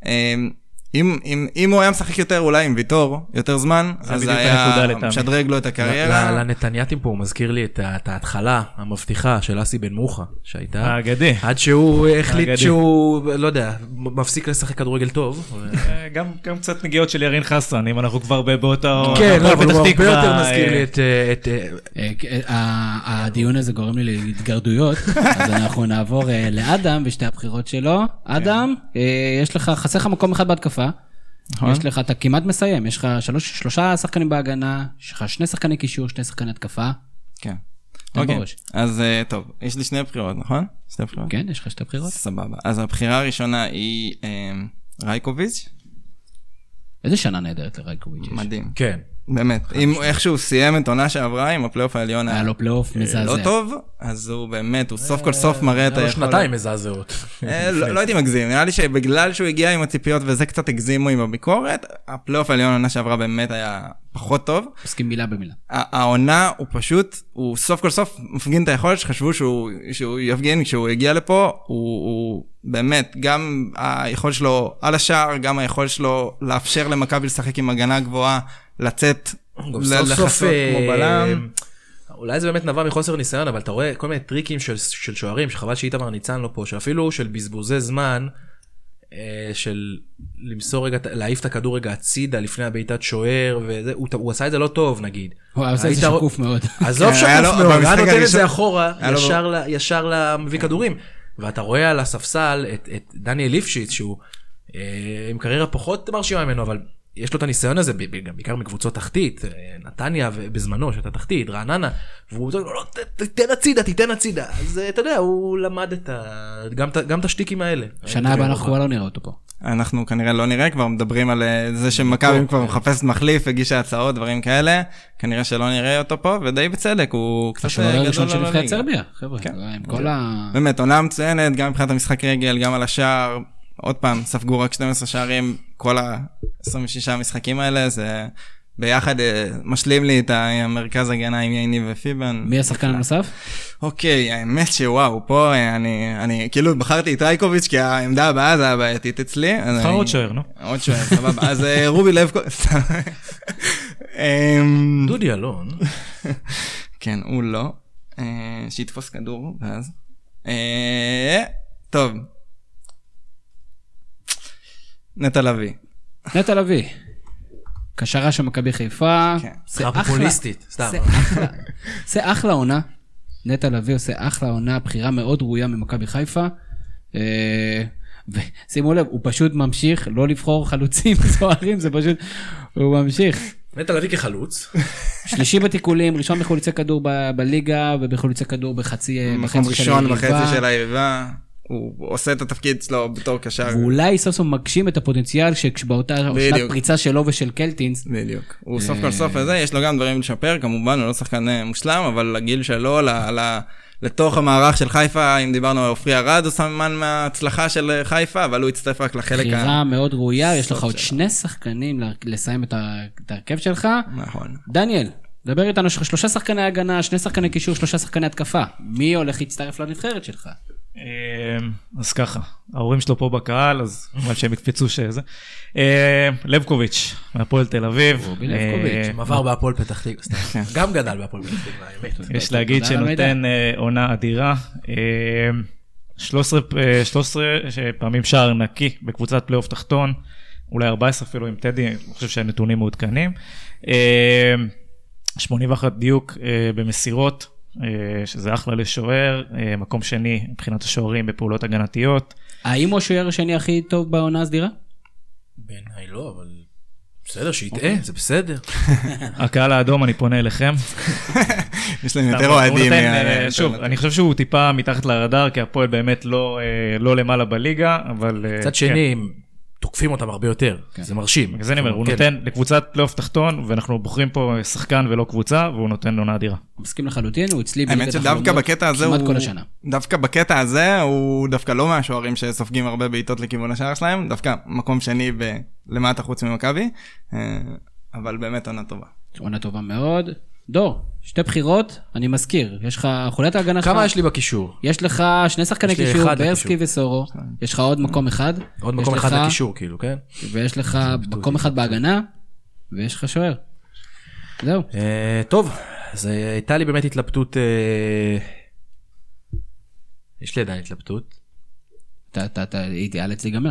אם, אם, אם הוא היה משחק יותר, אולי עם ויטור, יותר זמן, אז זה היה משדרג לו את הקריירה. לנתנייתים פה הוא מזכיר לי את ההתחלה המבטיחה של אסי בן מוחה, שהייתה. האגדי. עד שהוא החליט שהוא, לא יודע, מפסיק לשחק כדורגל טוב. גם, גם קצת נגיעות של ירין חסן, אם אנחנו כבר באותו... כן, אבל הוא הרבה יותר מזכיר לי את... הדיון הזה גורם לי להתגרדויות, אז אנחנו נעבור לאדם ושתי הבחירות שלו. אדם, יש לך, חסר לך מקום אחד בהתקפה. יש לך, אתה כמעט מסיים, יש לך שלוש, שלושה שחקנים בהגנה, יש לך שני שחקני קישור, שני שחקני התקפה. כן. אוקיי, אז טוב, יש לי שני בחירות, נכון? שתי בחירות? כן, יש לך שתי בחירות. סבבה. אז הבחירה הראשונה היא רייקוביץ'. איזה שנה נהדרת לרייקוביץ' יש? מדהים. כן. באמת, אם איכשהו סיים את עונה שעברה, עם הפלייאוף העליון היה לו פלייאוף מזעזע. לא טוב, אז הוא באמת, הוא סוף כל סוף מראה את היכולת. שנתיים מזעזעות. לא הייתי מגזים, נראה לי שבגלל שהוא הגיע עם הציפיות וזה קצת הגזימו עם הביקורת, הפלייאוף העליון העונה שעברה באמת היה פחות טוב. עוסקים מילה במילה. העונה הוא פשוט, הוא סוף כל סוף מפגין את היכולת שחשבו שהוא יפגין כשהוא הגיע לפה, הוא באמת, גם היכולת שלו על השער, גם היכולת שלו לאפשר למכבי לשחק עם הגנה גבוהה, לצאת לחסות כמו בלם. אולי זה באמת נבע מחוסר ניסיון, אבל אתה רואה כל מיני טריקים של, של שוערים, שחבל שאיתמר ניצן לו פה, שאפילו של בזבוזי זמן, של למסור רגע, להעיף את הכדור רגע הצידה לפני הבעיטת שוער, וזה, הוא, הוא עשה את זה לא טוב נגיד. הוא עשה את זה שקוף מאוד. עזוב שקוף מאוד, היה נותן את זה אחורה, ישר, ישר למביא כדורים. ואתה רואה על הספסל את, את דניאל ליפשיץ, שהוא עם קריירה פחות מרשימה ממנו, אבל יש לו את הניסיון הזה, בעיקר מקבוצות תחתית, נתניה בזמנו, שאתה תחתית, רעננה, והוא אומר, לא, תיתן הצידה, תיתן הצידה. אז אתה יודע, הוא למד את ה... גם את השטיקים האלה. שנה הבאה אנחנו כבר לא נראה אותו פה. אנחנו כנראה לא נראה, כבר מדברים על זה שמכבי כבר מחפשת מחליף, הגישה הצעות, דברים כאלה, כנראה שלא נראה אותו פה, ודי בצדק, הוא קצת גדול על הראשון של נבחרת סרביה, חבר'ה, עם כל ה... באמת, עונה מצוינת, גם מבחינת המשחק רגל, גם על השער, עוד פעם, ספגו רק שנים עשר שערים, כל ה-עשרים ושישה המשחקים האלה, זה ביחד משלים לי את המרכז הגנה עם ייני ופיבן. מי השחקן הנוסף? אוקיי, האמת שוואו, פה אני, אני כאילו בחרתי את רייקוביץ' כי העמדה הבאה זה הבעייתית אצלי. כבר עוד שוער, נו. עוד שוער, סבבה. אז רובי לבקו... דודי אלון. כן, הוא לא. שיתפוס כדור, ואז. טוב. נטע לביא. נטע לביא. קשרה של מכבי חיפה. זה פופוליסטית, סתם. זה אחלה עונה. נטע לביא עושה אחלה עונה, בחירה מאוד ראויה ממכבי חיפה. ושימו לב, הוא פשוט ממשיך לא לבחור חלוצים זוהרים, זה פשוט, הוא ממשיך. נטע לביא כחלוץ. שלישי בתיקולים, ראשון בחולצי כדור בליגה, ובחולצי כדור בחצי מקום ראשון בחצי של היריבה. הוא עושה את התפקיד שלו בתור קשר. ואולי סוף סוף מגשים את הפוטנציאל שכשבאותה שנת פריצה שלו ושל קלטינס. בדיוק. הוא סוף כל סוף הזה, יש לו גם דברים לשפר, כמובן, הוא לא שחקן מושלם, אבל הגיל שלו, לתוך המערך של חיפה, אם דיברנו על אופרי ארד, הוא סמן מההצלחה של חיפה, אבל הוא הצטרף רק לחלק... בחירה מאוד ראויה, יש לך עוד שני שחקנים לסיים את ההרכב שלך. נכון. דניאל, דבר איתנו, יש לך שלושה שחקני הגנה, שני שחקני קישור, שלושה שחקני התקפה. מי הולך להצטרף לנבחרת שלך? אז ככה, ההורים שלו פה בקהל, אז כמובן שהם יקפצו שזה. לבקוביץ', מהפועל תל אביב. מעבר בהפועל פתח תקווה, גם גדל בהפועל פתח תקווה, האמת. יש להגיד שנותן עונה אדירה. שלוש עשרה פעמים שער נקי בקבוצת פלייאוף תחתון, אולי ארבע עשרה אפילו עם טדי, אני חושב שהנתונים מעודכנים. שמונים ואחת דיוק במסירות, שזה אחלה לשוער, מקום שני מבחינת השוערים בפעולות הגנתיות. האם הוא השוער השני הכי טוב בעונה הסדירה? בעיניי לא, אבל בסדר, שיטעה, זה בסדר. הקהל האדום, אני פונה אליכם. יש להם יותר אוהדים. שוב, אני חושב שהוא טיפה מתחת לרדאר, כי הפועל באמת לא למעלה בליגה, אבל... קצת שני, תוקפים אותם הרבה יותר, זה מרשים. זה אני אומר, הוא נותן לקבוצת פלייאוף תחתון, ואנחנו בוחרים פה שחקן ולא קבוצה, והוא נותן עונה אדירה. מסכים לחלוטין, הוא אצלי בליגת החלומות כמעט כל השנה. דווקא בקטע הזה, הוא דווקא לא מהשוערים שסופגים הרבה בעיטות לכיוון השער שלהם, דווקא מקום שני למטה חוץ ממכבי, אבל באמת עונה טובה. עונה טובה מאוד. דור, שתי בחירות, אני מזכיר, יש לך חולת ההגנה שלך. כמה יש לי בקישור? יש לך שני שחקני קישור, ברסקי וסורו, יש לך עוד מקום אחד. עוד מקום אחד לקישור, כאילו, כן? ויש לך מקום אחד בהגנה, ויש לך שוער. זהו. טוב, אז הייתה לי באמת התלבטות, יש לי עדיין התלבטות. אתה אידיאלץ להיגמר.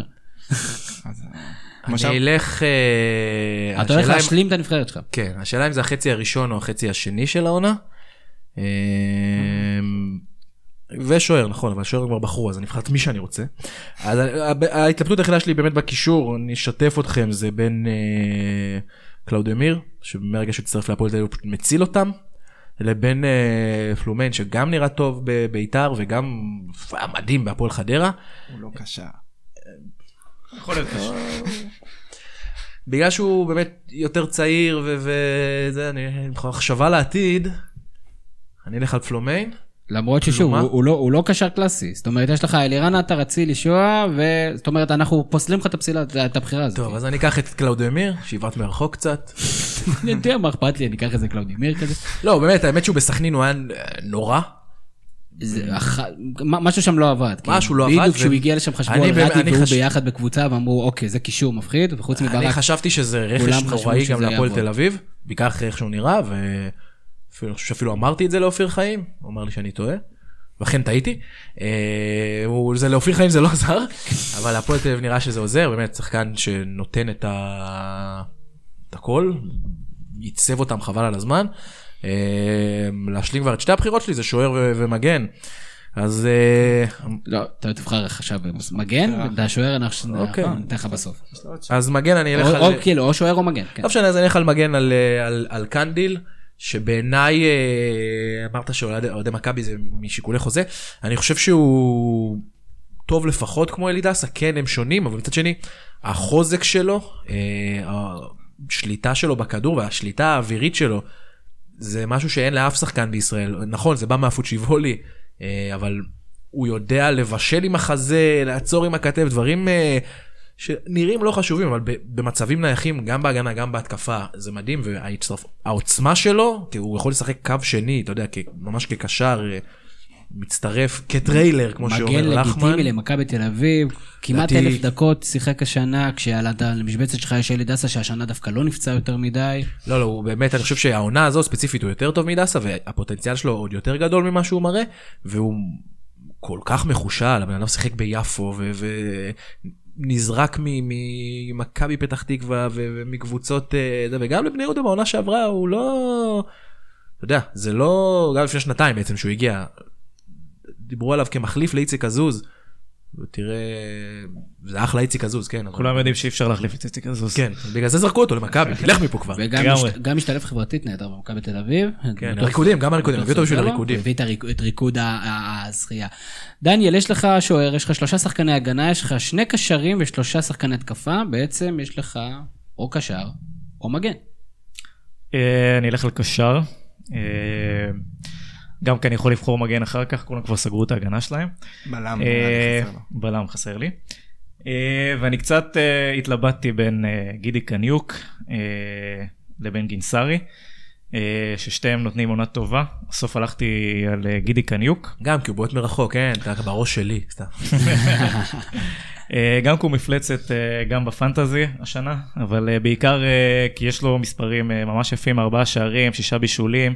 אני אלך... אתה הולך להשלים את הנבחרת שלך. כן, השאלה אם זה החצי הראשון או החצי השני של העונה. ושוער, נכון, אבל שוער כבר בחור, אז אני אבחר את מי שאני רוצה. אז ההתלבטות היחידה שלי באמת בקישור, אני אשתף אתכם, זה בין קלאודמיר, שמרגע שתצטרף להפועל תל אביב הוא מציל אותם, לבין פלומיין, שגם נראה טוב בית"ר, וגם מדהים בהפועל חדרה. הוא לא קשה. יכול להיות קשה. בגלל שהוא באמת יותר צעיר, וזה, אני חשבה לעתיד, אני אלך על פלומיין. למרות ששוב, הוא לא קשר קלאסי. זאת אומרת, יש לך אלירן עטר אצילי שועה, וזאת אומרת, אנחנו פוסלים לך את הבחירה הזאת. טוב, אז אני אקח את קלאודמיר, שיבט מרחוק קצת. אני יודע מה אכפת לי, אני אקח את זה קלאודמיר כזה. לא, באמת, האמת שהוא בסכנין הוא היה נורא. משהו שם לא עבד. משהו לא עבד. בדיוק כשהוא הגיע לשם חשבו על רדי והוא ביחד בקבוצה ואמרו אוקיי זה קישור מפחיד וחוץ מברק. אני חשבתי שזה רכש נוראי גם להפועל תל אביב, בעיקר אחרי איך שהוא נראה, ואני חושב שאפילו אמרתי את זה לאופיר חיים, הוא אמר לי שאני טועה, ואכן טעיתי. לאופיר חיים זה לא עזר, אבל להפועל תל אביב נראה שזה עוזר, באמת שחקן שנותן את הכל, ייצב אותם חבל על הזמן. להשלים כבר את שתי הבחירות שלי, זה שוער ומגן. אז... לא, אתה תבחר עכשיו מגן, והשוער אנחנו ניתן לך בסוף. אז מגן אני אלך על... או כאילו, או שוער או מגן. לא משנה, אז אני אלך על מגן על קנדיל, שבעיניי, אמרת שאוהדי מכבי זה משיקולי חוזה, אני חושב שהוא טוב לפחות כמו אלידסה, כן הם שונים, אבל מצד שני, החוזק שלו, השליטה שלו בכדור והשליטה האווירית שלו, זה משהו שאין לאף שחקן בישראל. נכון, זה בא מהפוצ'יבולי, אבל הוא יודע לבשל עם החזה, לעצור עם הכתב, דברים שנראים לא חשובים, אבל במצבים נייחים, גם בהגנה, גם בהתקפה, זה מדהים, והעוצמה שלו, כי הוא יכול לשחק קו שני, אתה יודע, ממש כקשר, מצטרף כטריילר, כמו שאומר לחמן. מגן לגיטימי למכבי בתל אביב, כמעט אלף דקות שיחק השנה, כשעלת למשבצת שלך יש אלי דסה, שהשנה דווקא לא נפצע יותר מדי. לא, לא, הוא באמת, אני חושב שהעונה הזו ספציפית הוא יותר טוב מדסה, והפוטנציאל שלו עוד יותר גדול ממה שהוא מראה, והוא כל כך מחושל, הבן אדם שיחק ביפו, ונזרק ממכבי פתח תקווה, ומקבוצות, וגם לבני יהודה בעונה שעברה, הוא לא, אתה יודע, זה לא, גם לפני שנתיים בעצם שהוא הגיע, דיברו עליו כמחליף לאיציק עזוז, ותראה, זה אחלה איציק עזוז, כן. כולם יודעים שאי אפשר להחליף את איציק עזוז. כן, בגלל זה זרקו אותו למכבי, תלך מפה כבר. וגם משתלב חברתית נהדר במכבי תל אביב. כן, הריקודים, גם הריקודים, הביא אותו בשביל הריקודים. הביא את ריקוד הזכייה. דניאל, יש לך שוער, יש לך שלושה שחקני הגנה, יש לך שני קשרים ושלושה שחקני התקפה, בעצם יש לך או קשר או מגן. אני אלך על קשר. גם כי אני יכול לבחור מגן אחר כך, כולם כבר סגרו את ההגנה שלהם. בלם, בלם חסר לי. ואני קצת התלבטתי בין גידי קניוק לבין גינסרי, ששתיהם נותנים עונה טובה. בסוף הלכתי על גידי קניוק. גם כי הוא בועט מרחוק, כן, אתה בראש שלי, סתם. גם כי הוא מפלצת גם בפנטזי השנה, אבל בעיקר כי יש לו מספרים ממש יפים, ארבעה שערים, שישה בישולים,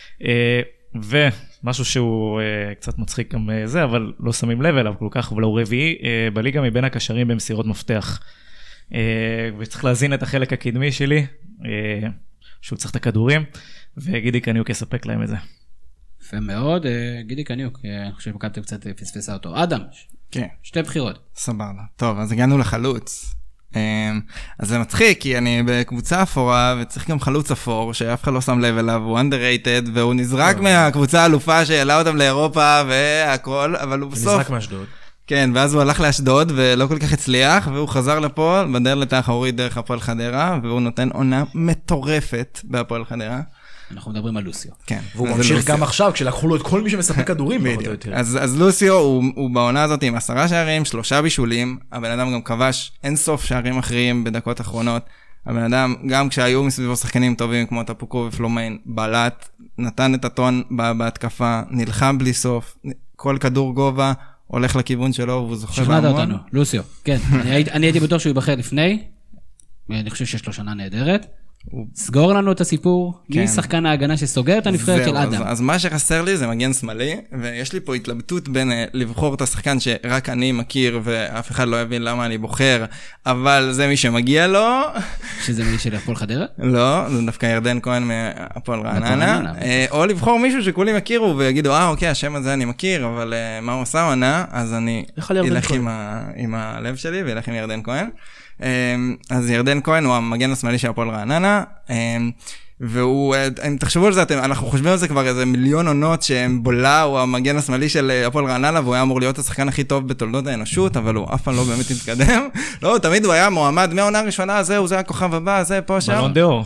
ומשהו שהוא uh, קצת מצחיק גם uh, זה, אבל לא שמים לב אליו כל כך, אבל הוא רביעי uh, בליגה מבין הקשרים במסירות מפתח. Uh, וצריך להזין את החלק הקדמי שלי, uh, שהוא צריך את הכדורים, וגידי קניוק יספק להם את זה. יפה מאוד, uh, גידי קניוק, uh, אני חושב שמכבי קצת פספסה אותו. אדם, כן. שתי בחירות. סבבה. טוב, אז הגענו לחלוץ. אז זה מצחיק, כי אני בקבוצה אפורה, וצריך גם חלוץ אפור, שאף אחד לא שם לב אליו, הוא underrated, והוא נזרק מהקבוצה האלופה שהעלה אותם לאירופה, והכל, אבל הוא בסוף... נזרק מאשדוד. כן, ואז הוא הלך לאשדוד, ולא כל כך הצליח, והוא חזר לפה, בדרך האחורית דרך הפועל חדרה, והוא נותן עונה מטורפת בהפועל חדרה. אנחנו מדברים על לוסיו. כן. והוא ממשיך גם עכשיו, כשלקחו לו את כל מי שמספק כדורים. אז, אז לוסיו הוא, הוא בעונה הזאת עם עשרה שערים, שלושה בישולים, הבן אדם גם כבש אין סוף שערים אחרים בדקות אחרונות, הבן אדם גם כשהיו מסביבו שחקנים טובים כמו טפוקו ופלומיין, בלט, נתן את הטון בהתקפה, נלחם בלי סוף, כל כדור גובה הולך לכיוון שלו והוא זוכה בהמון. שכנעת אותנו, לוסיו, כן. אני, הייתי, אני הייתי בטוח שהוא ייבחר לפני, אני חושב שיש לו שנה נהדרת. סגור לנו את הסיפור, מי שחקן ההגנה שסוגר את הנבחרת של אדם. אז מה שחסר לי זה מגן שמאלי, ויש לי פה התלבטות בין לבחור את השחקן שרק אני מכיר, ואף אחד לא יבין למה אני בוחר, אבל זה מי שמגיע לו. שזה מי של הפועל חדרה? לא, זה דווקא ירדן כהן מהפועל רעננה, או לבחור מישהו שכולים יכירו ויגידו, אה אוקיי, השם הזה אני מכיר, אבל מה הוא עשה עונה, אז אני אלך עם הלב שלי וילך עם ירדן כהן. אז ירדן כהן הוא המגן השמאלי של הפועל רעננה, והוא, אם תחשבו על זה, אנחנו חושבים על זה כבר איזה מיליון עונות שהם בולה, הוא המגן השמאלי של הפועל רעננה, והוא היה אמור להיות השחקן הכי טוב בתולדות האנושות, אבל הוא אף פעם לא באמת התקדם. לא, תמיד הוא היה מועמד מהעונה הראשונה, זהו, זה הכוכב הבא, זה פה שם. בלון דאור.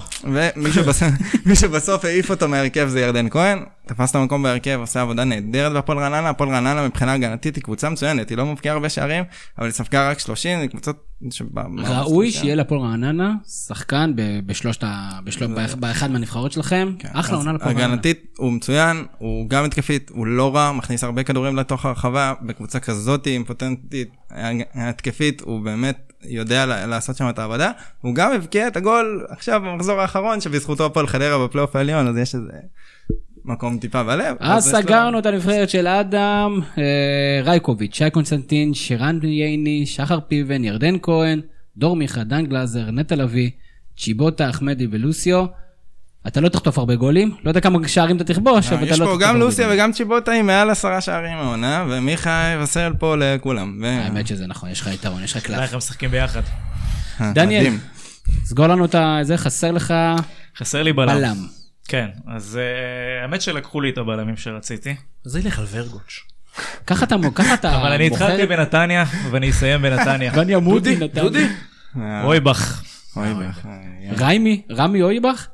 ומי שבסוף העיף אותו מהרכב זה ירדן כהן, תפס את המקום בהרכב, עושה עבודה נהדרת בהפועל רעננה. הפועל רעננה מבחינה הגנתית היא קבוצה מצוינת, היא לא מבקיעה הרבה שערים, אבל היא ספגה רק שלושים, היא קבוצות ראוי שיהיה לפועל רעננה שחקן בשלושת באחד מהנבחרות שלכם. אחלה עונה לפועל רעננה. הגנתית הוא מצוין, הוא גם התקפית, הוא לא רע, מכניס הרבה כדורים לתוך הרחבה, בקבוצה כזאת אימפוטנטית, התקפית, הוא באמת יודע לעשות שם את העבודה, הוא גם הבקיע את הגול עכשיו במחזור האחרון, שבזכותו הפועל חדרה בפלייאוף העליון, אז יש איזה מקום טיפה בלב. אז סגרנו את הנבחרת של אדם, רייקוביץ', שי קונסטנטין, שירן ייני, שחר פיבן, ירדן כהן, דור מיכה, דן גלזר, נטע לביא, צ'יבוטה, אחמדי ולוסיו. אתה לא תחטוף הרבה גולים, לא יודע כמה שערים אתה תכבוש, אבל אתה לא תחטוף הרבה גולים. יש פה גם לוסיו וגם צ'יבוטה עם מעל עשרה שערים העונה, ומיכה יבשר פה לכולם. האמת שזה נכון, יש לך יתרון, יש לך קלף. אנחנו משחקים ביחד. דניאל, סגור לנו את זה, חסר לך... חסר לי בלם. בלם. כן, אז האמת שלקחו לי את הבלמים שרציתי. אז ילך על ורגוץ'. ככה אתה מוכר. אבל אני התחלתי בנתניה, ואני אסיים בנתניה. ואני אמות בנתניה. דודי? אויבך. אויבך. ריימי? רמי אויבך?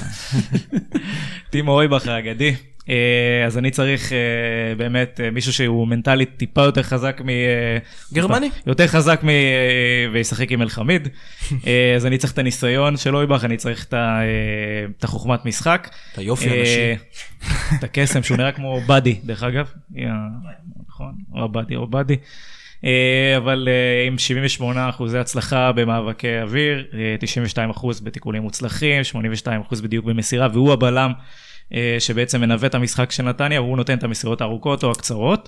טימו אויבך האגדי. אז אני צריך באמת מישהו שהוא מנטלית טיפה יותר חזק מ... גרמני? יותר חזק מ... וישחק עם אלחמיד. אז אני צריך את הניסיון של אויבך, אני צריך את החוכמת משחק. את היופי האנשי. את הקסם שהוא נראה כמו בדי, דרך אגב. נכון? או בדי, או בדי. אבל עם שבעים ושמונה אחוז הצלחה במאבקי אוויר, תשעים ושתיים אחוז בתיקולים מוצלחים, שמונים ושתיים אחוז בדיוק במסירה, והוא הבלם שבעצם מנווט את המשחק של נתניה, והוא נותן את המסירות הארוכות או הקצרות.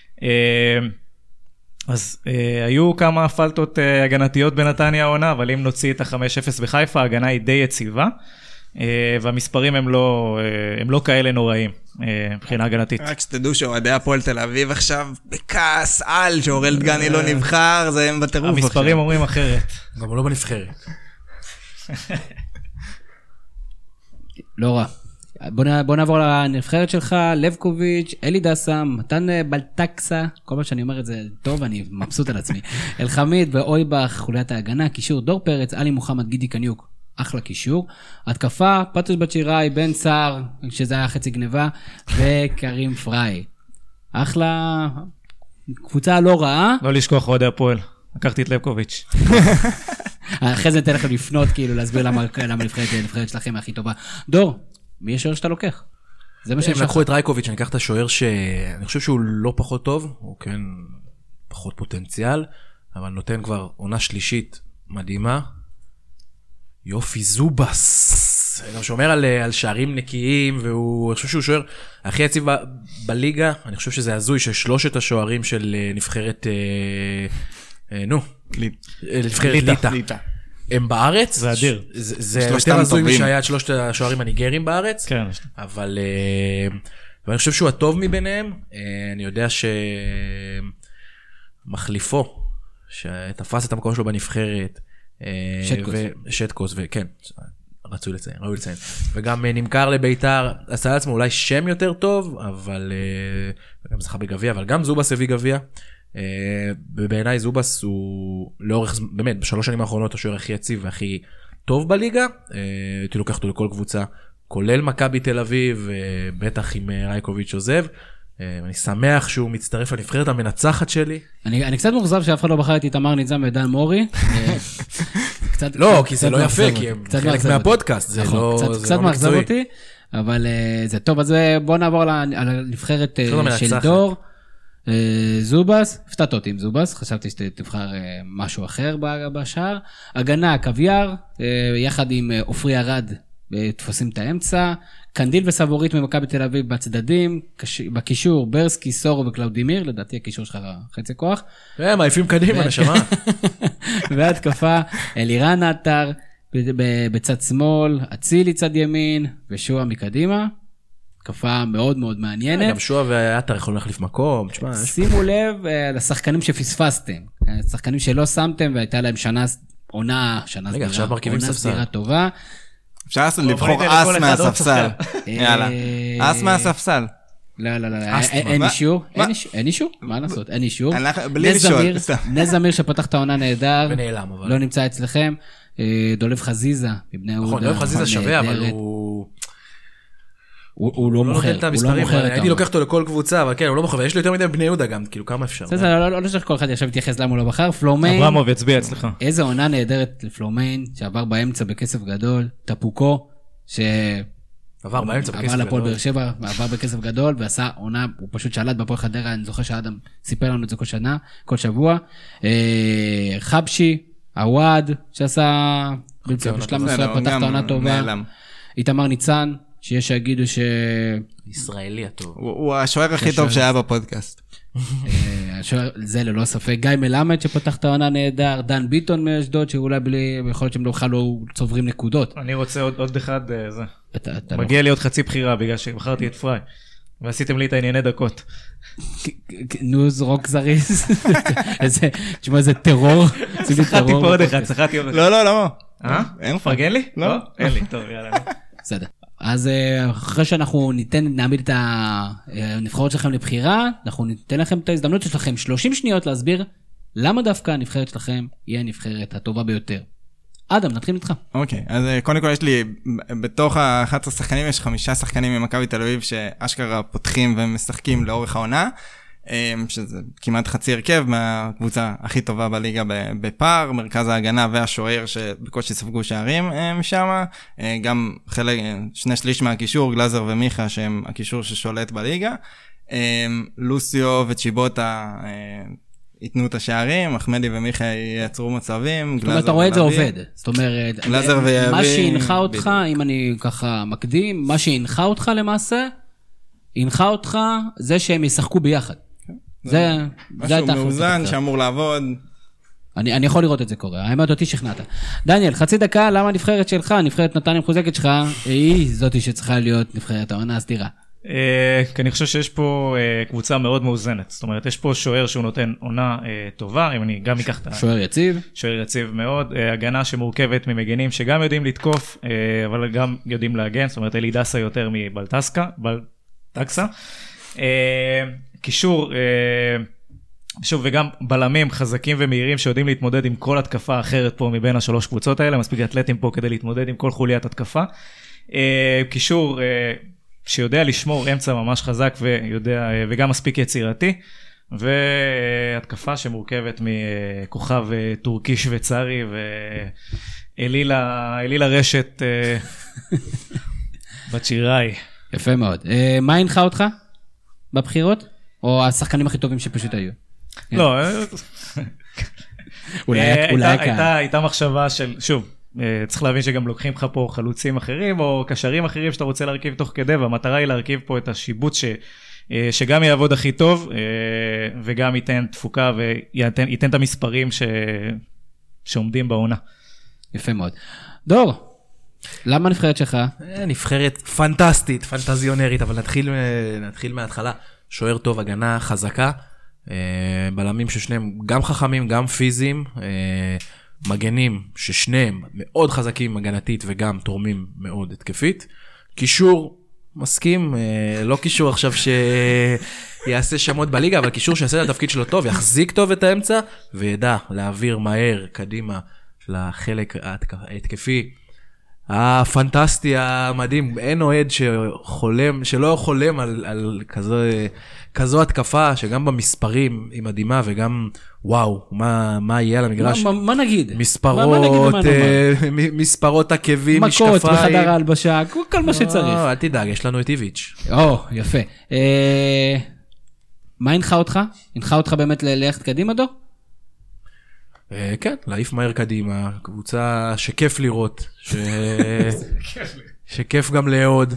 אז היו כמה פלטות הגנתיות בנתניה העונה, אבל אם נוציא את ה-חמש אפס בחיפה, ההגנה היא די יציבה. והמספרים הם לא, הם לא כאלה נוראים, מבחינה הגנתית. רק שתדעו שאוהדי הפועל תל אביב עכשיו בכעס על שאורל דגני לא נבחר, זה הם בטירוף עכשיו. המספרים אומרים אחרת. גם לא בנבחרת. לא רע. בוא נעבור לנבחרת שלך, לבקוביץ', אלי דסה, מתן בלטקסה, כל מה שאני אומר את זה טוב, אני מבסוט על עצמי. אלחמיד ואויבך, חוליית ההגנה, קישור דור פרץ, אלי מוחמד, גידי קניוק, אחלה קישור. התקפה, פטוש בצ'יראי, בן סער, שזה היה חצי גניבה, וקרים פריי. אחלה, קבוצה לא רעה. לא לשכוח אוהדי הפועל, לקחתי את לבקוביץ'. אחרי זה ניתן לכם לפנות, כאילו, להסביר למה הנבחרת שלכם הכי טובה. דור, מי השוער שאתה לוקח? זה מה הם לקחו את רייקוביץ', אני אקח את השוער שאני חושב שהוא לא פחות טוב, הוא כן פחות פוטנציאל, אבל נותן כבר עונה שלישית מדהימה. יופי זובס, גם שומר על, על שערים נקיים, והוא, אני חושב שהוא שוער הכי יציב ב, בליגה, אני חושב שזה הזוי ששלושת השוערים של נבחרת, אה, אה, נו, נבחרת ליטה. ליטה. הם בארץ, זה אדיר. זה, זה יותר הזוי משהיה את שלושת השוערים הניגרים בארץ, כן. אבל ואני חושב שהוא הטוב מביניהם, אני יודע שמחליפו, שתפס את המקום שלו בנבחרת, שטקוס. שטקוס, וכן, רצוי לציין, ראוי לציין, וגם נמכר לביתר, עשה לעצמו אולי שם יותר טוב, אבל גם זכה בגביע, אבל גם זובס הביא גביע, ובעיניי זובס הוא לאורך, באמת, בשלוש שנים האחרונות השוער הכי יציב והכי טוב בליגה, הייתי לוקח אותו לכל קבוצה, כולל מכבי תל אביב, בטח עם רייקוביץ' עוזב, אני שמח שהוא מצטרף לנבחרת המנצחת שלי. אני קצת מוחזב שאף אחד לא בחר את איתמר ניצן ודן מורי. לא, כי זה לא יפה, כי הם חלק מהפודקאסט, זה לא... קצת מאכזב אותי, אבל זה טוב, אז בואו נעבור על הנבחרת של דור. זובס, הפתעת אותי עם זובס, חשבתי שתבחר משהו אחר בשער. הגנה, קוויאר, יחד עם אופרי ארד, תפסים את האמצע. קנדיל וסבורית ממכבי תל אביב בצדדים, בקישור, ברסקי, סורו וקלאודימיר, לדעתי הקישור שלך חצי כוח. הם עייפים קדימה, נשמה. והתקפה, אלירן עטר, בצד שמאל, אצילי צד ימין, ושועה מקדימה. התקפה מאוד מאוד מעניינת. גם שועה ועטר יכולים להחליף מקום. שימו לב לשחקנים שפספסתם, שחקנים שלא שמתם, והייתה להם שנה, עונה, שנה סדירה טובה. אפשר לבחור אס מהספסל. יאללה. אס מהספסל. לא, לא, לא. אין אישור. אין אישור? מה לעשות? אין אישור. בלי לשאול. נס זמיר שפתח את העונה נהדר. ונעלם, אבל. לא נמצא אצלכם. דולב חזיזה, מבני יהודה. נכון, דולב חזיזה שווה, אבל הוא... הוא לא מוכר. הייתי לוקח אותו לכל קבוצה, אבל כן, הוא לא מוכר. ויש לי יותר מדי בני יהודה גם, כאילו, כמה אפשר. זה לא נשאר כל אחד עכשיו להתייחס למה הוא לא בחר. פלומיין. אברמוב יצביע אצלך. איזה עונה נהדרת לפלומיין, שעבר באמצע בכסף גדול. טפוקו, ש... עבר באמצע בכסף גדול. עבר לפועל באר שבע, עבר בכסף גדול, ועשה עונה, הוא פשוט שלט בפועל חדרה, אני זוכר שאדם סיפר לנו את זה כל שנה, כל שבוע. חבשי, עווד, שעשה... בשלב מסוים פתח את העונה טובה. איתמר ניצן, שיש שיגידו ש... ישראלי הטוב. הוא השוער הכי טוב שהיה בפודקאסט. זה ללא ספק. גיא מלמד שפתח את העונה נהדר, דן ביטון מאשדוד, שאולי בלי, יכול להיות שהם בכלל לא צוברים נקודות. אני רוצה עוד אחד, זה. מגיע לי עוד חצי בחירה, בגלל שבחרתי את פריי, ועשיתם לי את הענייני דקות. נו, זרוק זריז. תשמע, זה טרור. צחקתי פה עוד אחד, צחקתי עוד אחד. לא, לא, לא. אה? אין פרגן לי? לא. אין לי, טוב, יאללה. בסדר. אז אחרי שאנחנו ניתן, נעמיד את הנבחרות שלכם לבחירה, אנחנו ניתן לכם את ההזדמנות שלכם שלושים שניות להסביר למה דווקא הנבחרת שלכם היא הנבחרת הטובה ביותר. אדם, נתחיל איתך. אוקיי, אז קודם כל יש לי, בתוך ה-אחד עשר שחקנים יש חמישה שחקנים ממכבי תל אביב שאשכרה פותחים ומשחקים לאורך העונה, שזה כמעט חצי הרכב מהקבוצה הכי טובה בליגה בפאר, מרכז ההגנה והשוער שבקושי ספגו שערים משם, גם חלק, שני שליש מהקישור, גלזר ומיכה שהם הקישור ששולט בליגה, לוסיו וצ'יבוטה ייתנו את השערים, אחמדי ומיכה ייצרו מצבים. זאת אומרת, אתה רואה את זה עובד. זאת אומרת, מה שהנחה אותך, אם אני ככה מקדים, מה שהנחה אותך למעשה, הנחה אותך זה שהם ישחקו ביחד. זה, משהו מאוזן שאמור לעבוד. אני, אני יכול לראות את זה קורה, האמת אותי שכנעת. דניאל, חצי דקה, למה הנבחרת שלך, נבחרת נתניה מחוזקת שלך, היא זאתי שצריכה להיות נבחרת העונה הסדירה? כי אני חושב שיש פה קבוצה מאוד מאוזנת, זאת אומרת, יש פה שוער שהוא נותן עונה טובה, אם אני גם אקח את ה... שוער יציב. שוער יציב מאוד, הגנה שמורכבת ממגנים שגם יודעים לתקוף, אבל גם יודעים להגן, זאת אומרת, אלי דסה יותר מבלטסקה, בלטקסה. קישור, שוב, וגם בלמים חזקים ומהירים שיודעים להתמודד עם כל התקפה אחרת פה מבין השלוש קבוצות האלה, מספיק אתלטים פה כדי להתמודד עם כל חוליית התקפה. קישור שיודע לשמור אמצע ממש חזק ויודע, וגם מספיק יצירתי, והתקפה שמורכבת מכוכב טורקי שוויצרי ואלילה רשת בת שיראי. יפה מאוד. מה הנחה אותך בבחירות? או השחקנים הכי טובים שפשוט היו? לא, אולי כאן. הייתה מחשבה של, שוב, צריך להבין שגם לוקחים לך פה חלוצים אחרים, או קשרים אחרים שאתה רוצה להרכיב תוך כדי, והמטרה היא להרכיב פה את השיבוץ שגם יעבוד הכי טוב, וגם ייתן תפוקה, וייתן את המספרים שעומדים בעונה. יפה מאוד. דור, למה נבחרת שלך? נבחרת פנטסטית, פנטזיונרית, אבל נתחיל, נתחיל מההתחלה. שוער טוב, הגנה חזקה, בלמים ששניהם גם חכמים, גם פיזיים, מגנים ששניהם מאוד חזקים הגנתית וגם תורמים מאוד התקפית. קישור, מסכים, לא קישור עכשיו שיעשה שמות בליגה, אבל קישור שיעשה את התפקיד שלו טוב, יחזיק טוב את האמצע, וידע להעביר מהר קדימה לחלק ההתקפי. הפנטסטי, המדהים, אין אוהד שחולם, שלא חולם על, על כזו, כזו התקפה, שגם במספרים היא מדהימה, וגם, וואו, מה, מה יהיה על המגרש? מה, מה נגיד? מספרות, מה, מה נגיד, מה מספרות עקבים, משקפיים. מכות בחדר ההלבשה, כל מה שצריך. אל תדאג, יש לנו את איביץ'. או, יפה. אה, מה הנחה אותך? הנחה אותך באמת ללכת קדימה, דו? כן, להעיף מהר קדימה, קבוצה שכיף לראות, שכיף גם לעוד,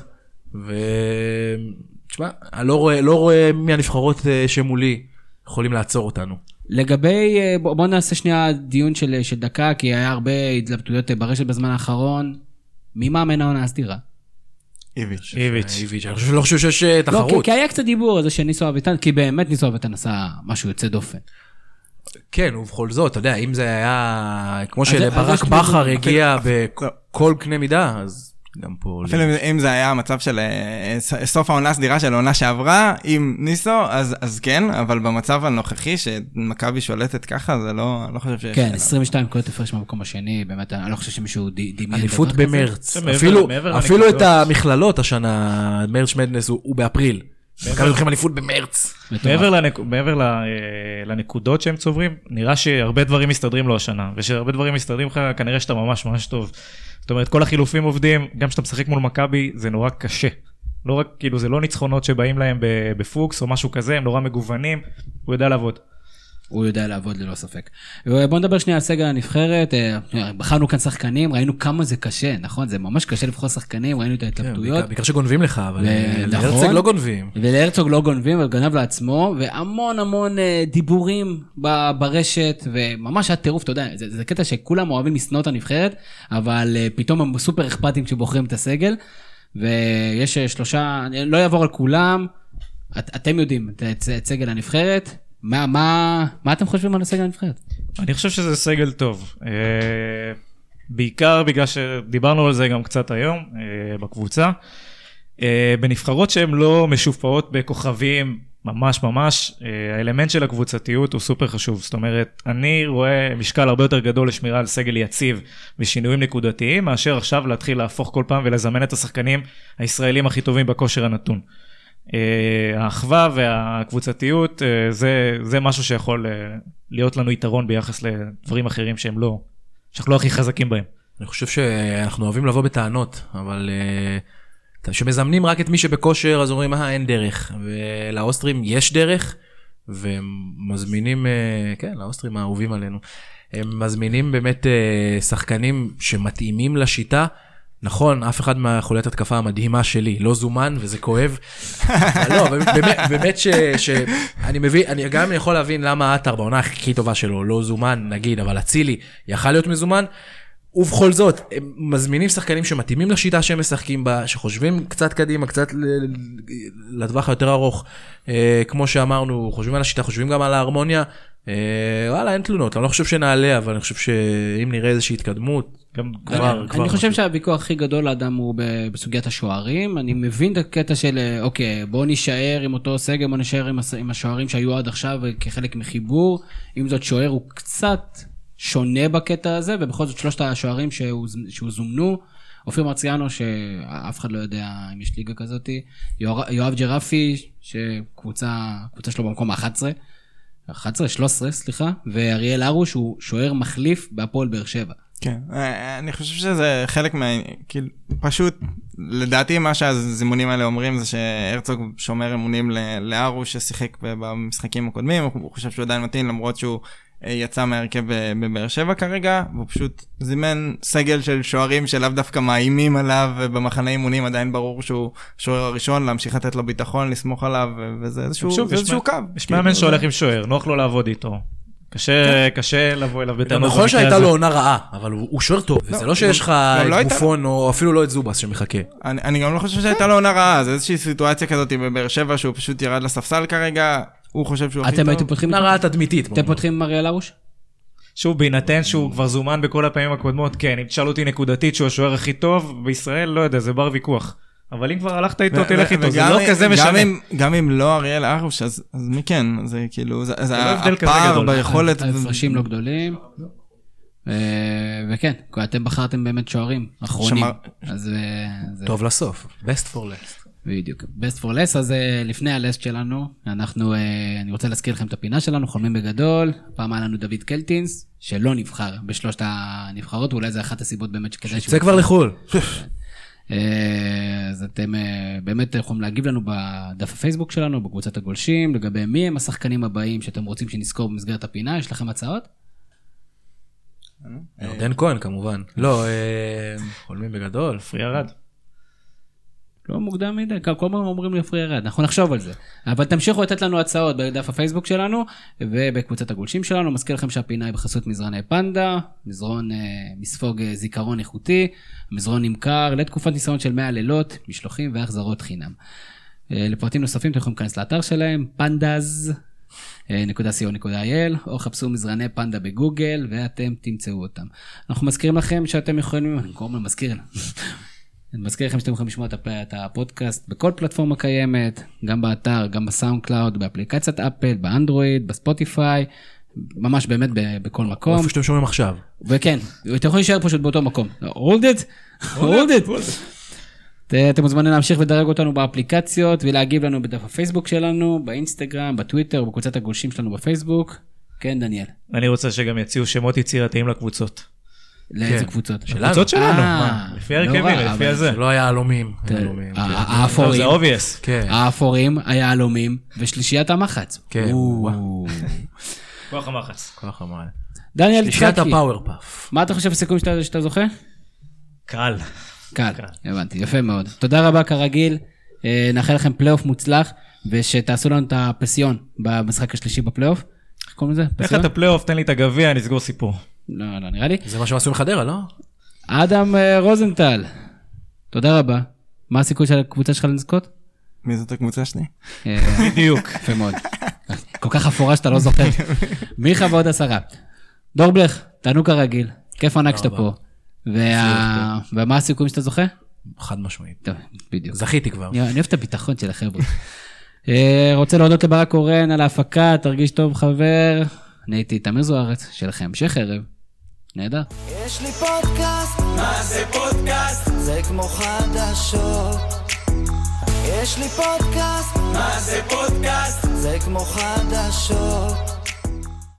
ותשמע, אני לא רואה מי הנבחרות שמולי יכולים לעצור אותנו. לגבי, בוא נעשה שנייה דיון של דקה, כי היה הרבה התלבטויות ברשת בזמן האחרון, מי מאמן העונה הסדירה? איביץ'. איביץ', אני לא חושב שיש תחרות. לא, כי היה קצת דיבור על זה שניסו אביטן, כי באמת ניסו אביטן עשה משהו יוצא דופן. כן, ובכל זאת, אתה יודע, אם זה היה, כמו שלברק בכר הגיע בכל קנה מידה, אז גם פה... אפילו אם זה היה המצב של סוף העונה הסדירה של העונה שעברה, עם ניסו, אז כן, אבל במצב הנוכחי, שמכבי שולטת ככה, זה לא, אני לא חושב שיש... כן, עשרים ושתיים נקודות הפרש מהמקום השני, באמת, אני לא חושב שמישהו דמיין... אליפות במרץ. אפילו את המכללות השנה, מרץ מדנס הוא באפריל. מכבי לוקחים אליפות במרץ. מעבר לנקודות שהם צוברים, נראה שהרבה דברים מסתדרים לו השנה, ושהרבה דברים מסתדרים לך, כנראה שאתה ממש ממש טוב. זאת אומרת, כל החילופים עובדים, גם שאתה משחק מול מכבי, זה נורא קשה. לא רק, כאילו, זה לא ניצחונות שבאים להם בפוקס או משהו כזה, הם נורא מגוונים, הוא יודע לעבוד. הוא יודע לעבוד ללא ספק. בוא נדבר שנייה על סגל הנבחרת, בחרנו כאן שחקנים, ראינו כמה זה קשה, נכון? זה ממש קשה לבחור שחקנים, ראינו את ההתלבטויות. בעיקר שגונבים לך, אבל להרצוג לא גונבים. ולהרצוג לא גונבים, אבל גנב לעצמו, והמון המון דיבורים ברשת, וממש הטירוף, אתה יודע, זה קטע שכולם אוהבים לשנוא את הנבחרת, אבל פתאום הם סופר אכפתיים כשבוחרים את הסגל, ויש שלושה, לא יעבור על כולם, אתם יודעים, את סגל הנבחרת, מה, מה, מה אתם חושבים על הסגל הנבחרת? אני חושב שזה סגל טוב. בעיקר בגלל שדיברנו על זה גם קצת היום בקבוצה. בנבחרות שהן לא משופעות בכוכבים ממש ממש, האלמנט של הקבוצתיות הוא סופר חשוב. זאת אומרת, אני רואה משקל הרבה יותר גדול לשמירה על סגל יציב ושינויים נקודתיים, מאשר עכשיו להתחיל להפוך כל פעם ולזמן את השחקנים הישראלים הכי טובים בכושר הנתון. האחווה והקבוצתיות זה, זה משהו שיכול להיות לנו יתרון ביחס לדברים אחרים שהם לא, שאנחנו לא הכי חזקים בהם. אני חושב שאנחנו אוהבים לבוא בטענות, אבל שמזמנים רק את מי שבכושר, אז אומרים, אה, אין דרך. ולאוסטרים יש דרך, ומזמינים, כן, לאוסטרים האהובים עלינו, הם מזמינים באמת שחקנים שמתאימים לשיטה, נכון, אף אחד מהחולת התקפה המדהימה שלי לא זומן, וזה כואב. לא, באמת, באמת שאני מבין, אני גם יכול להבין למה עטר בעונה הכי טובה שלו לא זומן, נגיד, אבל אצילי יכל להיות מזומן, ובכל זאת, הם מזמינים שחקנים שמתאימים לשיטה שהם משחקים בה, שחושבים קצת קדימה, קצת לטווח היותר ארוך, כמו שאמרנו, חושבים על השיטה, חושבים גם על ההרמוניה, וואלה, אין תלונות, אני לא חושב שנעלה, אבל אני חושב שאם נראה איזושהי התקדמות, גם כבר... אני חושב שהוויכוח הכי גדול לאדם הוא בסוגיית השוערים, אני מבין את הקטע של, אוקיי, בוא נשאר עם אותו סגל, בוא נשאר עם השוערים שהיו עד עכשיו כחלק מחיבור, אם זאת שוער הוא קצת שונה בקטע הזה, ובכל זאת שלושת השוערים שהוא זומנו, אופיר מרציאנו, שאף אחד לא יודע אם יש ליגה כזאת, יואב ג'רפי, שקבוצה שלו במקום ה-אחת עשרה, אחת עשרה, שלוש עשרה, סליחה, ואריאל ארוש הוא שוער מחליף בהפועל באר שבע. כן, אני חושב שזה חלק מה... כאילו, פשוט, לדעתי מה שהזימונים האלה אומרים זה שהרצוג שומר אמונים לארוש ששיחק במשחקים הקודמים, הוא חושב שהוא עדיין מתאים למרות שהוא יצא מהרכב בבאר שבע כרגע, והוא פשוט זימן סגל של שוערים שלאו דווקא מאיימים עליו, ובמחנה אימונים עדיין ברור שהוא שוער הראשון, להמשיך לתת לו ביטחון, לסמוך עליו, וזה איזשהו קו. יש מאמן שהולך עם שוער, נוח לו לעבוד איתו. קשה, קשה לבוא אליו בטענות. נכון שהייתה לו עונה רעה, אבל הוא שוער טוב, וזה לא שיש לך בופון, או אפילו לא את זובס שמחכה. אני גם לא חושב שהייתה לו עונה רעה, זה איזושהי סיטואציה כזאת בבאר שבע, שהוא פשוט ירד לספסל כרגע, הוא חושב שהוא הכי טוב. אתם הייתם פותחים... נראה תדמיתית. אתם פותחים עם אריאל ארוש? שוב, בהינתן שהוא כבר זומן בכל הפעמים הקודמות, כן, אם תשאל אותי נקודתית שהוא השוער הכי טוב, בישראל, לא יודע, זה בר ויכוח. אבל אם כבר הלכת איתו, תלך איתו, זה לא כזה משנה. גם אם לא אריאל ארוש, אז מי כן? זה כאילו, זה הפער ביכולת... ההפרשים לא גדולים. וכן, אתם בחרתם באמת שוערים אחרונים. טוב לסוף, best for last. בדיוק, best for last, אז לפני הלסט שלנו, אנחנו, אני רוצה להזכיר לכם את הפינה שלנו, חולמים בגדול, פעם היה לנו דוד קלטינס, שלא נבחר בשלושת הנבחרות, ואולי זה אחת הסיבות באמת שכדאי... זה כבר לחול. אז אתם באמת יכולים להגיב לנו בדף הפייסבוק שלנו, בקבוצת הגולשים, לגבי מי הם השחקנים הבאים שאתם רוצים שנזכור במסגרת הפינה, יש לכם הצעות? ירדן כהן כמובן. לא, חולמים בגדול. פרי ירד. לא מוקדם מדי, כל פעם אומרים לי פרי ירד, אנחנו נחשוב על זה. אבל תמשיכו לתת לנו הצעות בדף הפייסבוק שלנו, ובקבוצת הגולשים שלנו, מזכיר לכם שהפינה היא בחסות מזרני פנדה, מזרון מספוג זיכרון איכותי, מזרון נמכר לתקופת ניסיון של מאה לילות, משלוחים והחזרות חינם. לפרטים נוספים אתם יכולים להיכנס לאתר שלהם, פנדז נקודה סי או נקודה איי אל, או חפשו מזרני פנדה בגוגל, ואתם תמצאו אותם. אנחנו מזכירים לכם שאתם יכולים, אני קוראים למזכיר, אני מזכיר לכם שאתם יכולים לשמוע את הפודקאסט בכל פלטפורמה קיימת, גם באתר, גם בסאונד קלאוד, באפליקציית אפל, באנדרואיד, בספוטיפיי, ממש באמת בכל מקום. איפה שאתם שומעים עכשיו. וכן, אתם יכולים להישאר פשוט באותו מקום. hold it, hold it. אתם מוזמנים להמשיך לדרג אותנו באפליקציות, ולהגיב לנו בדף הפייסבוק שלנו, באינסטגרם, בטוויטר, בקבוצת הגולשים שלנו בפייסבוק. כן, דניאל. אני רוצה שגם יציעו שמות יצירתיים לקבוצות. לאיזה קבוצות? הקבוצות שלנו, מה? לפי הרכבים, לפי הזה. לא היה אלומים. האפורים. זה obvious. האפורים, היה אלומים, ושלישיית המחץ. כן. כוח המחץ. כוח המחץ. דניאל שלישיית יצחקי. הפאוור פאף. מה אתה חושב הסיכוי שאתה זוכה? קל. קל, הבנתי, יפה מאוד. תודה רבה כרגיל, נאחל לכם פלייאוף מוצלח, ושתעשו לנו את הפסיון במשחק השלישי בפלייאוף. איך קוראים לזה? תלך את הפלייאוף, תן לי את הגביע, נסגור סיפור. לא, לא, נראה לי. זה מה שעשו עם חדרה, לא? אדם רוזנטל, תודה רבה. מה הסיכוי של הקבוצה שלך לנזכות? מי זאת הקבוצה שלי? בדיוק. יפה מאוד. כל כך אפורה שאתה לא זוכר. מיכה ועוד עשרה. דורבלך, תענו כרגיל. כיף ענק שאתה פה. ומה הסיכויים שאתה זוכה? חד משמעית. טוב, בדיוק. זכיתי כבר. אני אוהב את הביטחון של החבר'ה. רוצה להודות לברק קורן על ההפקה, תרגיש טוב חבר. אני הייתי תמיר זוארץ, שלכם המשך ערב. נהדר. יש לי פודקאסט, מה זה פודקאסט? זה כמו חדשות. יש לי פודקאסט, מה זה פודקאסט? זה כמו חדשות.